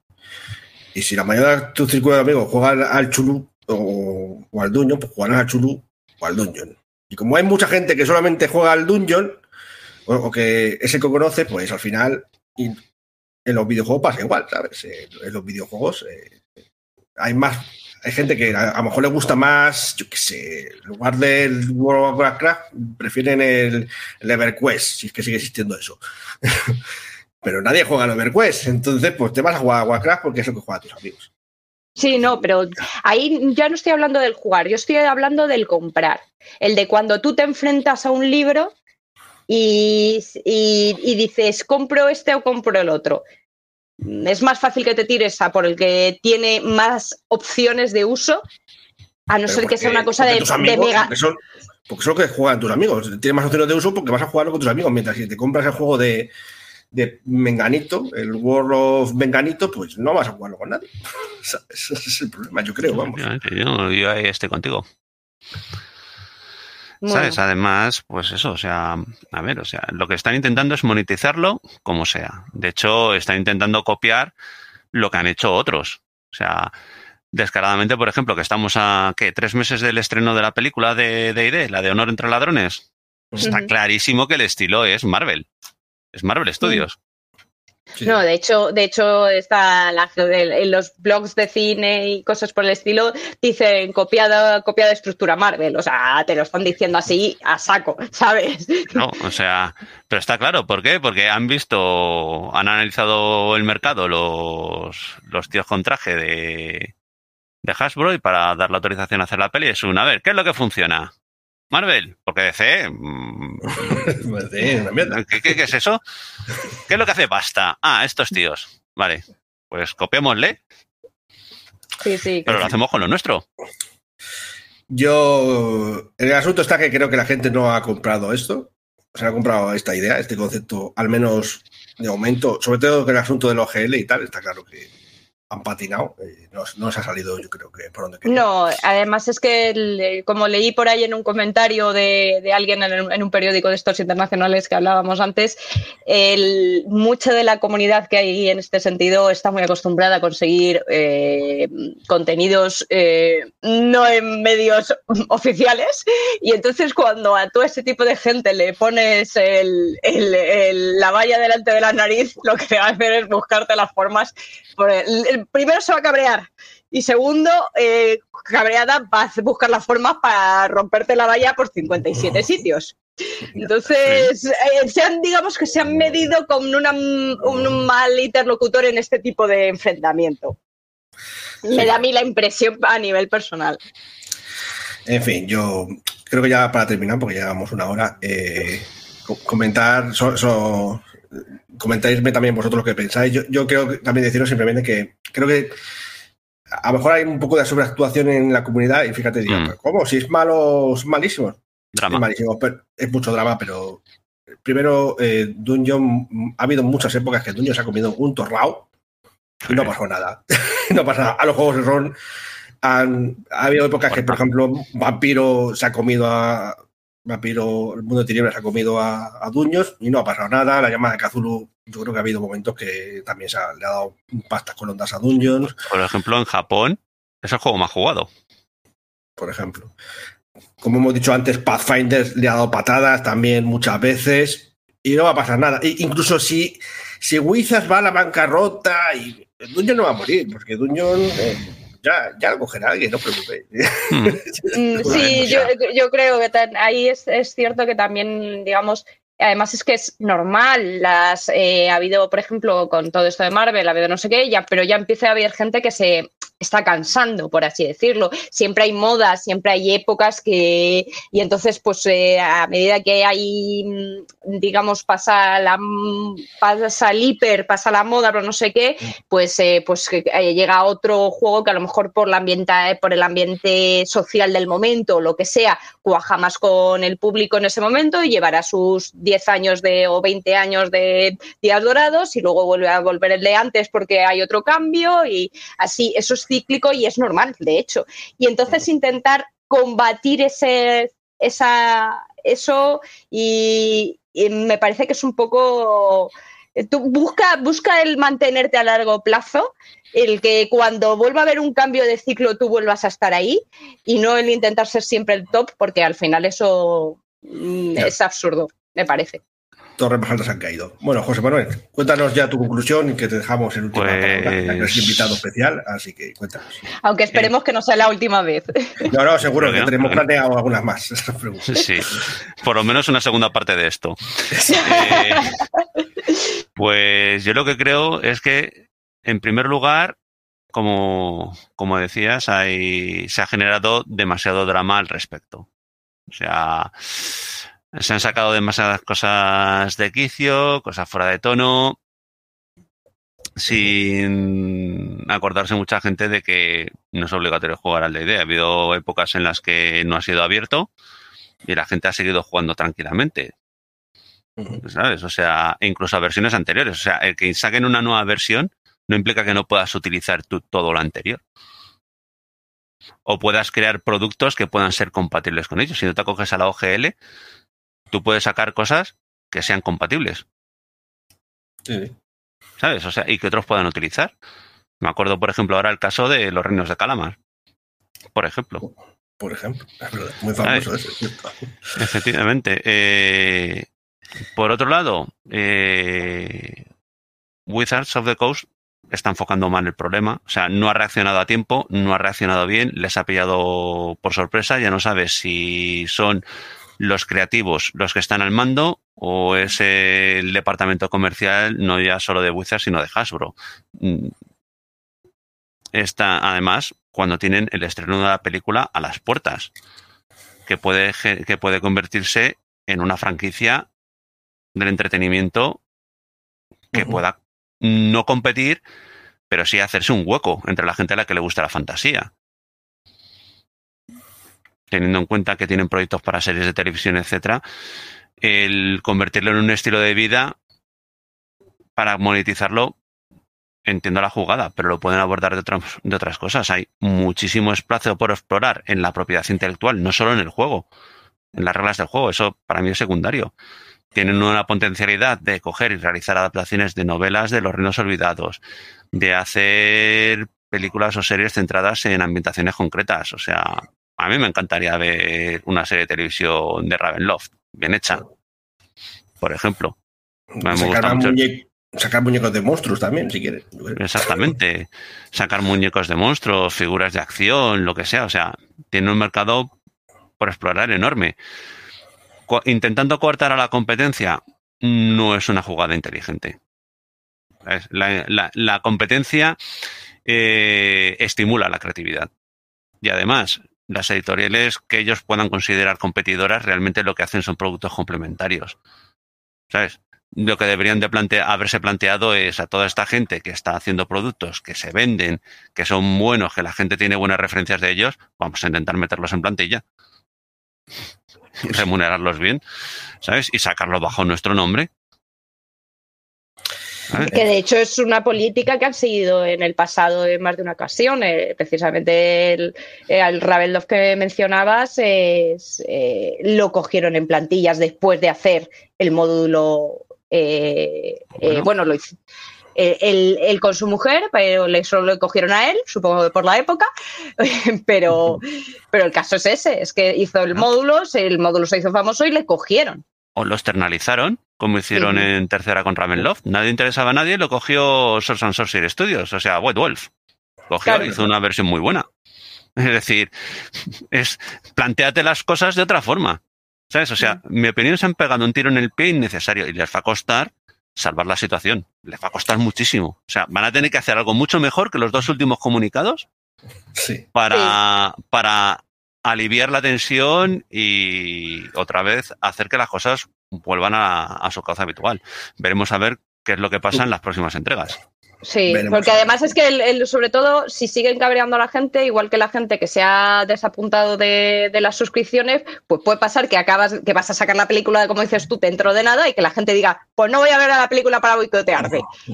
Y si la mayoría de tu círculo de amigos juegan al Chulú o, o al Dungeon, pues juegan al Chulú o al Dungeon. Y como hay mucha gente que solamente juega al Dungeon, o, o que es el que conoce, pues al final y en los videojuegos pasa igual, ¿sabes? Eh, en los videojuegos eh, hay más, hay gente que a, a lo mejor le gusta más, yo qué sé, en lugar del World of Warcraft, prefieren el, el EverQuest, si es que sigue existiendo eso. Pero nadie juega al EverQuest, entonces pues te vas a jugar a Warcraft porque es lo que juegan tus amigos. Sí, no, pero ahí ya no estoy hablando del jugar, yo estoy hablando del comprar. El de cuando tú te enfrentas a un libro y, y, y dices, compro este o compro el otro. Es más fácil que te tires a por el que tiene más opciones de uso, a no pero ser porque, que sea una cosa de, amigos, de mega... Porque son, porque son lo que juegan tus amigos. Tienes más opciones de uso porque vas a jugarlo con tus amigos, mientras que si te compras el juego de... de Menganito, el World of Menganito, pues no vas a jugarlo con nadie. Ese es el problema, yo creo, vamos. Yo, yo ahí estoy contigo. Bueno. ¿Sabes? Además, pues eso, o sea, a ver, o sea, lo que están intentando es monetizarlo como sea. De hecho, están intentando copiar lo que han hecho otros. O sea, descaradamente, por ejemplo, que estamos a, ¿qué? Tres meses del estreno de la película de D and D, la de Honor entre Ladrones. Uh-huh. Está clarísimo que el estilo es Marvel. Es Marvel Studios. Sí. No, de hecho, de hecho está la, en los blogs de cine y cosas por el estilo dicen copiada, copiada de estructura Marvel, o sea, te lo están diciendo así a saco, ¿sabes? No, o sea, pero está claro, ¿por qué? Porque han visto, han analizado el mercado los, los tíos con traje de, de Hasbro y para dar la autorización a hacer la peli es un, a ver, ¿qué es lo que funciona? Marvel, porque D C... Mmm, ¿qué, qué, ¿Qué es eso? ¿Qué es lo que hace pasta? Ah, estos tíos. Vale, pues copiémosle. Sí, sí. Pero lo hacemos con lo nuestro. Yo... El asunto está que creo que la gente no ha comprado esto. Se ha comprado esta idea, este concepto, al menos de momento. Sobre todo que el asunto del O G L y tal, está claro que han patinado, eh, no, no se ha salido, yo creo que por donde quería. No, además es que el, como leí por ahí en un comentario de, de alguien en, el, en un periódico de estos internacionales que hablábamos antes, el, mucha de la comunidad que hay en este sentido está muy acostumbrada a conseguir eh, contenidos eh, no en medios oficiales, y entonces cuando a todo ese tipo de gente le pones el, el, el, la valla delante de la nariz, lo que va a hacer es buscarte las formas por el, el primero se va a cabrear y segundo, eh, cabreada va a buscar las formas para romperte la valla por cincuenta y siete sitios. Entonces, eh, se han, digamos que se han medido con una, un mal interlocutor en este tipo de enfrentamiento. Me da a mí la impresión a nivel personal. En fin, yo creo que ya para terminar, porque ya llevamos una hora, eh, comentar... So, so, comentáisme también vosotros lo que pensáis. Yo, yo creo que también deciros simplemente que creo que a lo mejor hay un poco de sobreactuación en la comunidad y fíjate, digo, mm. ¿cómo? Si es malo, es malísimo. Drama. Es malísimo, pero es mucho drama, pero primero, eh, Dungeon, ha habido muchas épocas que Dungeon se ha comido un torrao y no pasó nada. No pasa nada. A los juegos de rol han, ha habido épocas que, por ejemplo, Vampiro se ha comido a... Vampiro, el mundo de tinieblas ha comido a, a Dungeon y no ha pasado nada. La llamada de Cthulhu, yo creo que ha habido momentos que también se ha, le ha dado pastas con ondas a Dungeon. Por ejemplo, en Japón es el juego más jugado. Por ejemplo. Como hemos dicho antes, Pathfinder le ha dado patadas también muchas veces y no va a pasar nada. E incluso si, si Wizards va a la bancarrota, y Dungeon no va a morir, porque Dungeon... Eh, Ya, ya lo cogerá alguien, no os preocupéis. Sí, yo, yo creo que tan, ahí es, es cierto que también, digamos, además es que es normal, las eh, ha habido, por ejemplo, con todo esto de Marvel, ha habido no sé qué, ya, pero ya empieza a haber gente que se está cansando, por así decirlo. Siempre hay modas, siempre hay épocas que... Y entonces, pues, eh, a medida que hay, digamos, pasa la pasa el hiper, pasa la moda, pero no sé qué, pues, eh, pues eh, llega otro juego que a lo mejor por, la ambienta, por el ambiente social del momento o lo que sea, cuaja más con el público en ese momento y llevará sus diez años de, o veinte años de días dorados y luego vuelve a volver el de antes porque hay otro cambio y así, eso es cíclico y es normal, de hecho. Y entonces intentar combatir ese, esa, eso y, y me parece que es un poco... Tú busca, busca el mantenerte a largo plazo, el que cuando vuelva a haber un cambio de ciclo tú vuelvas a estar ahí y no el intentar ser siempre el top, porque al final eso mm, es absurdo, me parece. Torres más altas han caído. Bueno, José Manuel, cuéntanos ya tu conclusión y que te dejamos el último pues... palabra, que eres invitado especial, así que cuéntanos. Aunque esperemos eh... que no sea la última vez. No, no, seguro que no, tenemos planeado algunas más. Sí, por lo menos una segunda parte de esto. eh, pues yo lo que creo es que, en primer lugar, como, como decías, hay, se ha generado demasiado drama al respecto. O sea... Se han sacado demasiadas cosas de quicio, cosas fuera de tono, sin acordarse mucha gente de que no es obligatorio jugar al D and D. Ha habido épocas en las que no ha sido abierto y la gente ha seguido jugando tranquilamente, ¿sabes? O sea, incluso a versiones anteriores. O sea, el que saquen una nueva versión no implica que no puedas utilizar tú todo lo anterior. O puedas crear productos que puedan ser compatibles con ellos. Si no te acoges a la O G L... tú puedes sacar cosas que sean compatibles. Sí. ¿Sabes? O sea, y que otros puedan utilizar. Me acuerdo, por ejemplo, ahora el caso de los reinos de Calamar. Por ejemplo. Por ejemplo. Es verdad. Muy famoso ese, ¿cierto? Efectivamente. Eh, por otro lado, eh, Wizards of the Coast está enfocando mal el problema. O sea, no ha reaccionado a tiempo, no ha reaccionado bien, les ha pillado por sorpresa, ya no sabes si son los creativos los que están al mando o es el departamento comercial, no ya solo de Wizards, sino de Hasbro. Está, además, cuando tienen el estreno de la película a las puertas, que puede, que puede convertirse en una franquicia del entretenimiento que uh-huh. pueda no competir, pero sí hacerse un hueco entre la gente a la que le gusta la fantasía. Teniendo en cuenta que tienen proyectos para series de televisión, etcétera, el convertirlo en un estilo de vida para monetizarlo, entiendo la jugada, pero lo pueden abordar de otras, de otras cosas. Hay muchísimo espacio por explorar en la propiedad intelectual, no solo en el juego, en las reglas del juego. Eso para mí es secundario. Tienen una potencialidad de coger y realizar adaptaciones de novelas de los reinos olvidados, de hacer películas o series centradas en ambientaciones concretas. O sea, a mí me encantaría ver una serie de televisión de Ravenloft, bien hecha, por ejemplo. Me gusta mucho. Muñe- sacar muñecos de monstruos también, si quieres. Exactamente. Sacar muñecos de monstruos, figuras de acción, lo que sea. O sea, tiene un mercado por explorar enorme. Intentando coartar a la competencia no es una jugada inteligente. La, la, la competencia eh, estimula la creatividad. Y además, las editoriales que ellos puedan considerar competidoras realmente lo que hacen son productos complementarios. ¿Sabes? Lo que deberían de plante- haberse planteado es a toda esta gente que está haciendo productos que se venden, que son buenos, que la gente tiene buenas referencias de ellos, vamos a intentar meterlos en plantilla. Y remunerarlos bien, ¿sabes? Y sacarlos bajo nuestro nombre. ¿Sabes? Que de hecho es una política que han seguido en el pasado en más de una ocasión. Eh, precisamente el, el Ravenloft que mencionabas es, eh, lo cogieron en plantillas después de hacer el módulo. Eh, bueno. Eh, bueno, lo hizo. Él, él con su mujer, pero le, solo le cogieron a él, supongo que por la época, pero, pero el caso es ese, es que hizo el módulo, el módulo se hizo famoso y le cogieron. O lo externalizaron, como hicieron sí. en tercera con Ravenloft. Nadie interesaba a nadie, lo cogió Swords and Sorcery Studios, o sea, White Wolf. Cogió, claro. Hizo una versión muy buena. Es decir, es plantéate las cosas de otra forma, ¿sabes? O sea, sí. mi opinión, se han pegado un tiro en el pie innecesario y les va a costar salvar la situación. Les va a costar muchísimo. O sea, van a tener que hacer algo mucho mejor que los dos últimos comunicados sí. para, sí. para aliviar la tensión y otra vez hacer que las cosas vuelvan a, a su cauce habitual. Veremos a ver qué es lo que pasa en las próximas entregas. Sí, veremos. Porque además es que el, el, sobre todo si siguen cabreando a la gente, igual que la gente que se ha desapuntado de, de las suscripciones, pues puede pasar que acabas, que vas a sacar la película, como dices tú, dentro de nada y que la gente diga, pues no voy a ver a la película para boicotearte.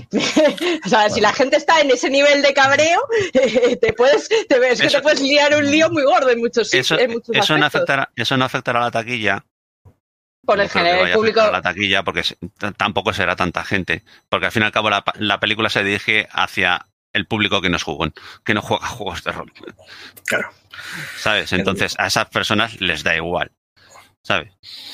O sea, bueno. Si la gente está en ese nivel de cabreo, te puedes, te ves que te puedes liar un lío muy gordo en muchos eso, en muchos eso no afectará, eso no afectará a la taquilla. Por el general público. A la taquilla, porque tampoco será tanta gente. Porque al fin y al cabo la, la película se dirige hacia el público que no es jugón, que no juega juegos de rol. Claro. ¿Sabes? Entonces a esas personas les da igual. ¿Sabes?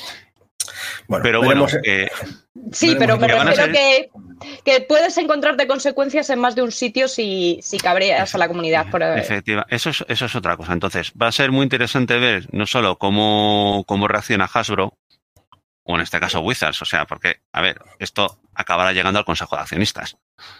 Bueno, pero bueno, eh, sí, pero me refiero ser... que, que puedes encontrarte consecuencias en más de un sitio si, si cabreas a la comunidad. Por... Efectiva, eso es, eso es otra cosa. Entonces, va a ser muy interesante ver no solo cómo, cómo reacciona Hasbro, o en este caso Wizards, o sea, porque, a ver, esto acabará llegando al Consejo de Accionistas.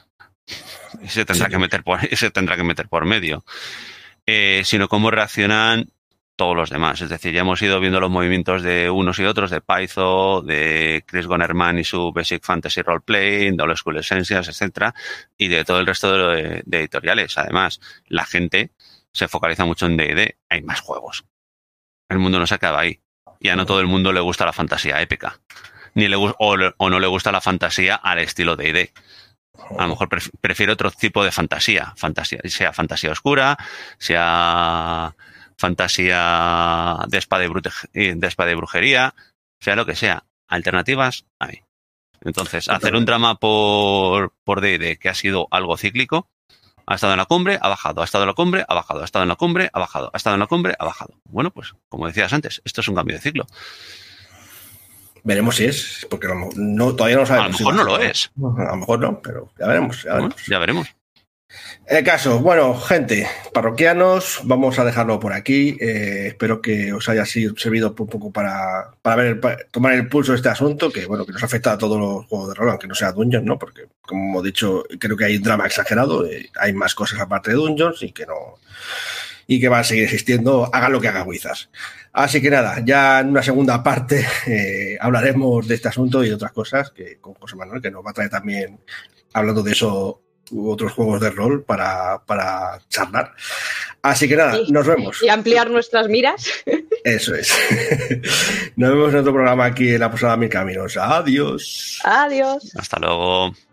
Y se tendrá, sí. que, meter por, y se tendrá que meter por medio. Eh, sino cómo reaccionan todos los demás. Es decir, ya hemos ido viendo los movimientos de unos y otros, de Paizo, de Chris Gonnerman y su Basic Fantasy Roleplaying, de Old School Essentials, etcétera, y de todo el resto de, de editoriales. Además, la gente se focaliza mucho en D and D. Hay más juegos. El mundo no se acaba ahí. Y a no todo el mundo le gusta la fantasía épica. Ni le o, o no le gusta la fantasía al estilo D and D. A lo mejor pref, prefiere otro tipo de fantasía. Fantasía, sea fantasía oscura, sea fantasía de espada y, brute, de espada y brujería, sea lo que sea. Alternativas hay. Entonces, hacer un drama por, por D and D que ha sido algo cíclico, ha estado en la cumbre, ha bajado, ha estado en la cumbre, ha bajado, ha estado en la cumbre, ha bajado, ha estado en la cumbre, ha bajado. Bueno, pues, como decías antes, esto es un cambio de ciclo. Veremos si es, porque no, todavía no sabemos. A lo mejor no lo es. A lo mejor no, pero ya veremos. Ya veremos. Ya veremos. El caso, bueno, gente, parroquianos, vamos a dejarlo por aquí. Eh, espero que os haya servido un poco para, para ver, para tomar el pulso de este asunto, que bueno, que nos afecta a todos los juegos de rol, aunque no sea Dungeons, ¿no? Porque, como hemos dicho, creo que hay drama exagerado, eh, hay más cosas aparte de Dungeons y que no. Y que va a seguir existiendo, haga lo que haga Wizards. Así que nada, ya en una segunda parte eh, hablaremos de este asunto y de otras cosas que con José Manuel, que nos va a traer también, hablando de eso, otros juegos de rol para, para charlar. Así que nada, y, nos vemos. Y ampliar nuestras miras. Eso es. Nos vemos en otro programa aquí en la Posada Mil Caminos. Adiós. Adiós. Hasta luego.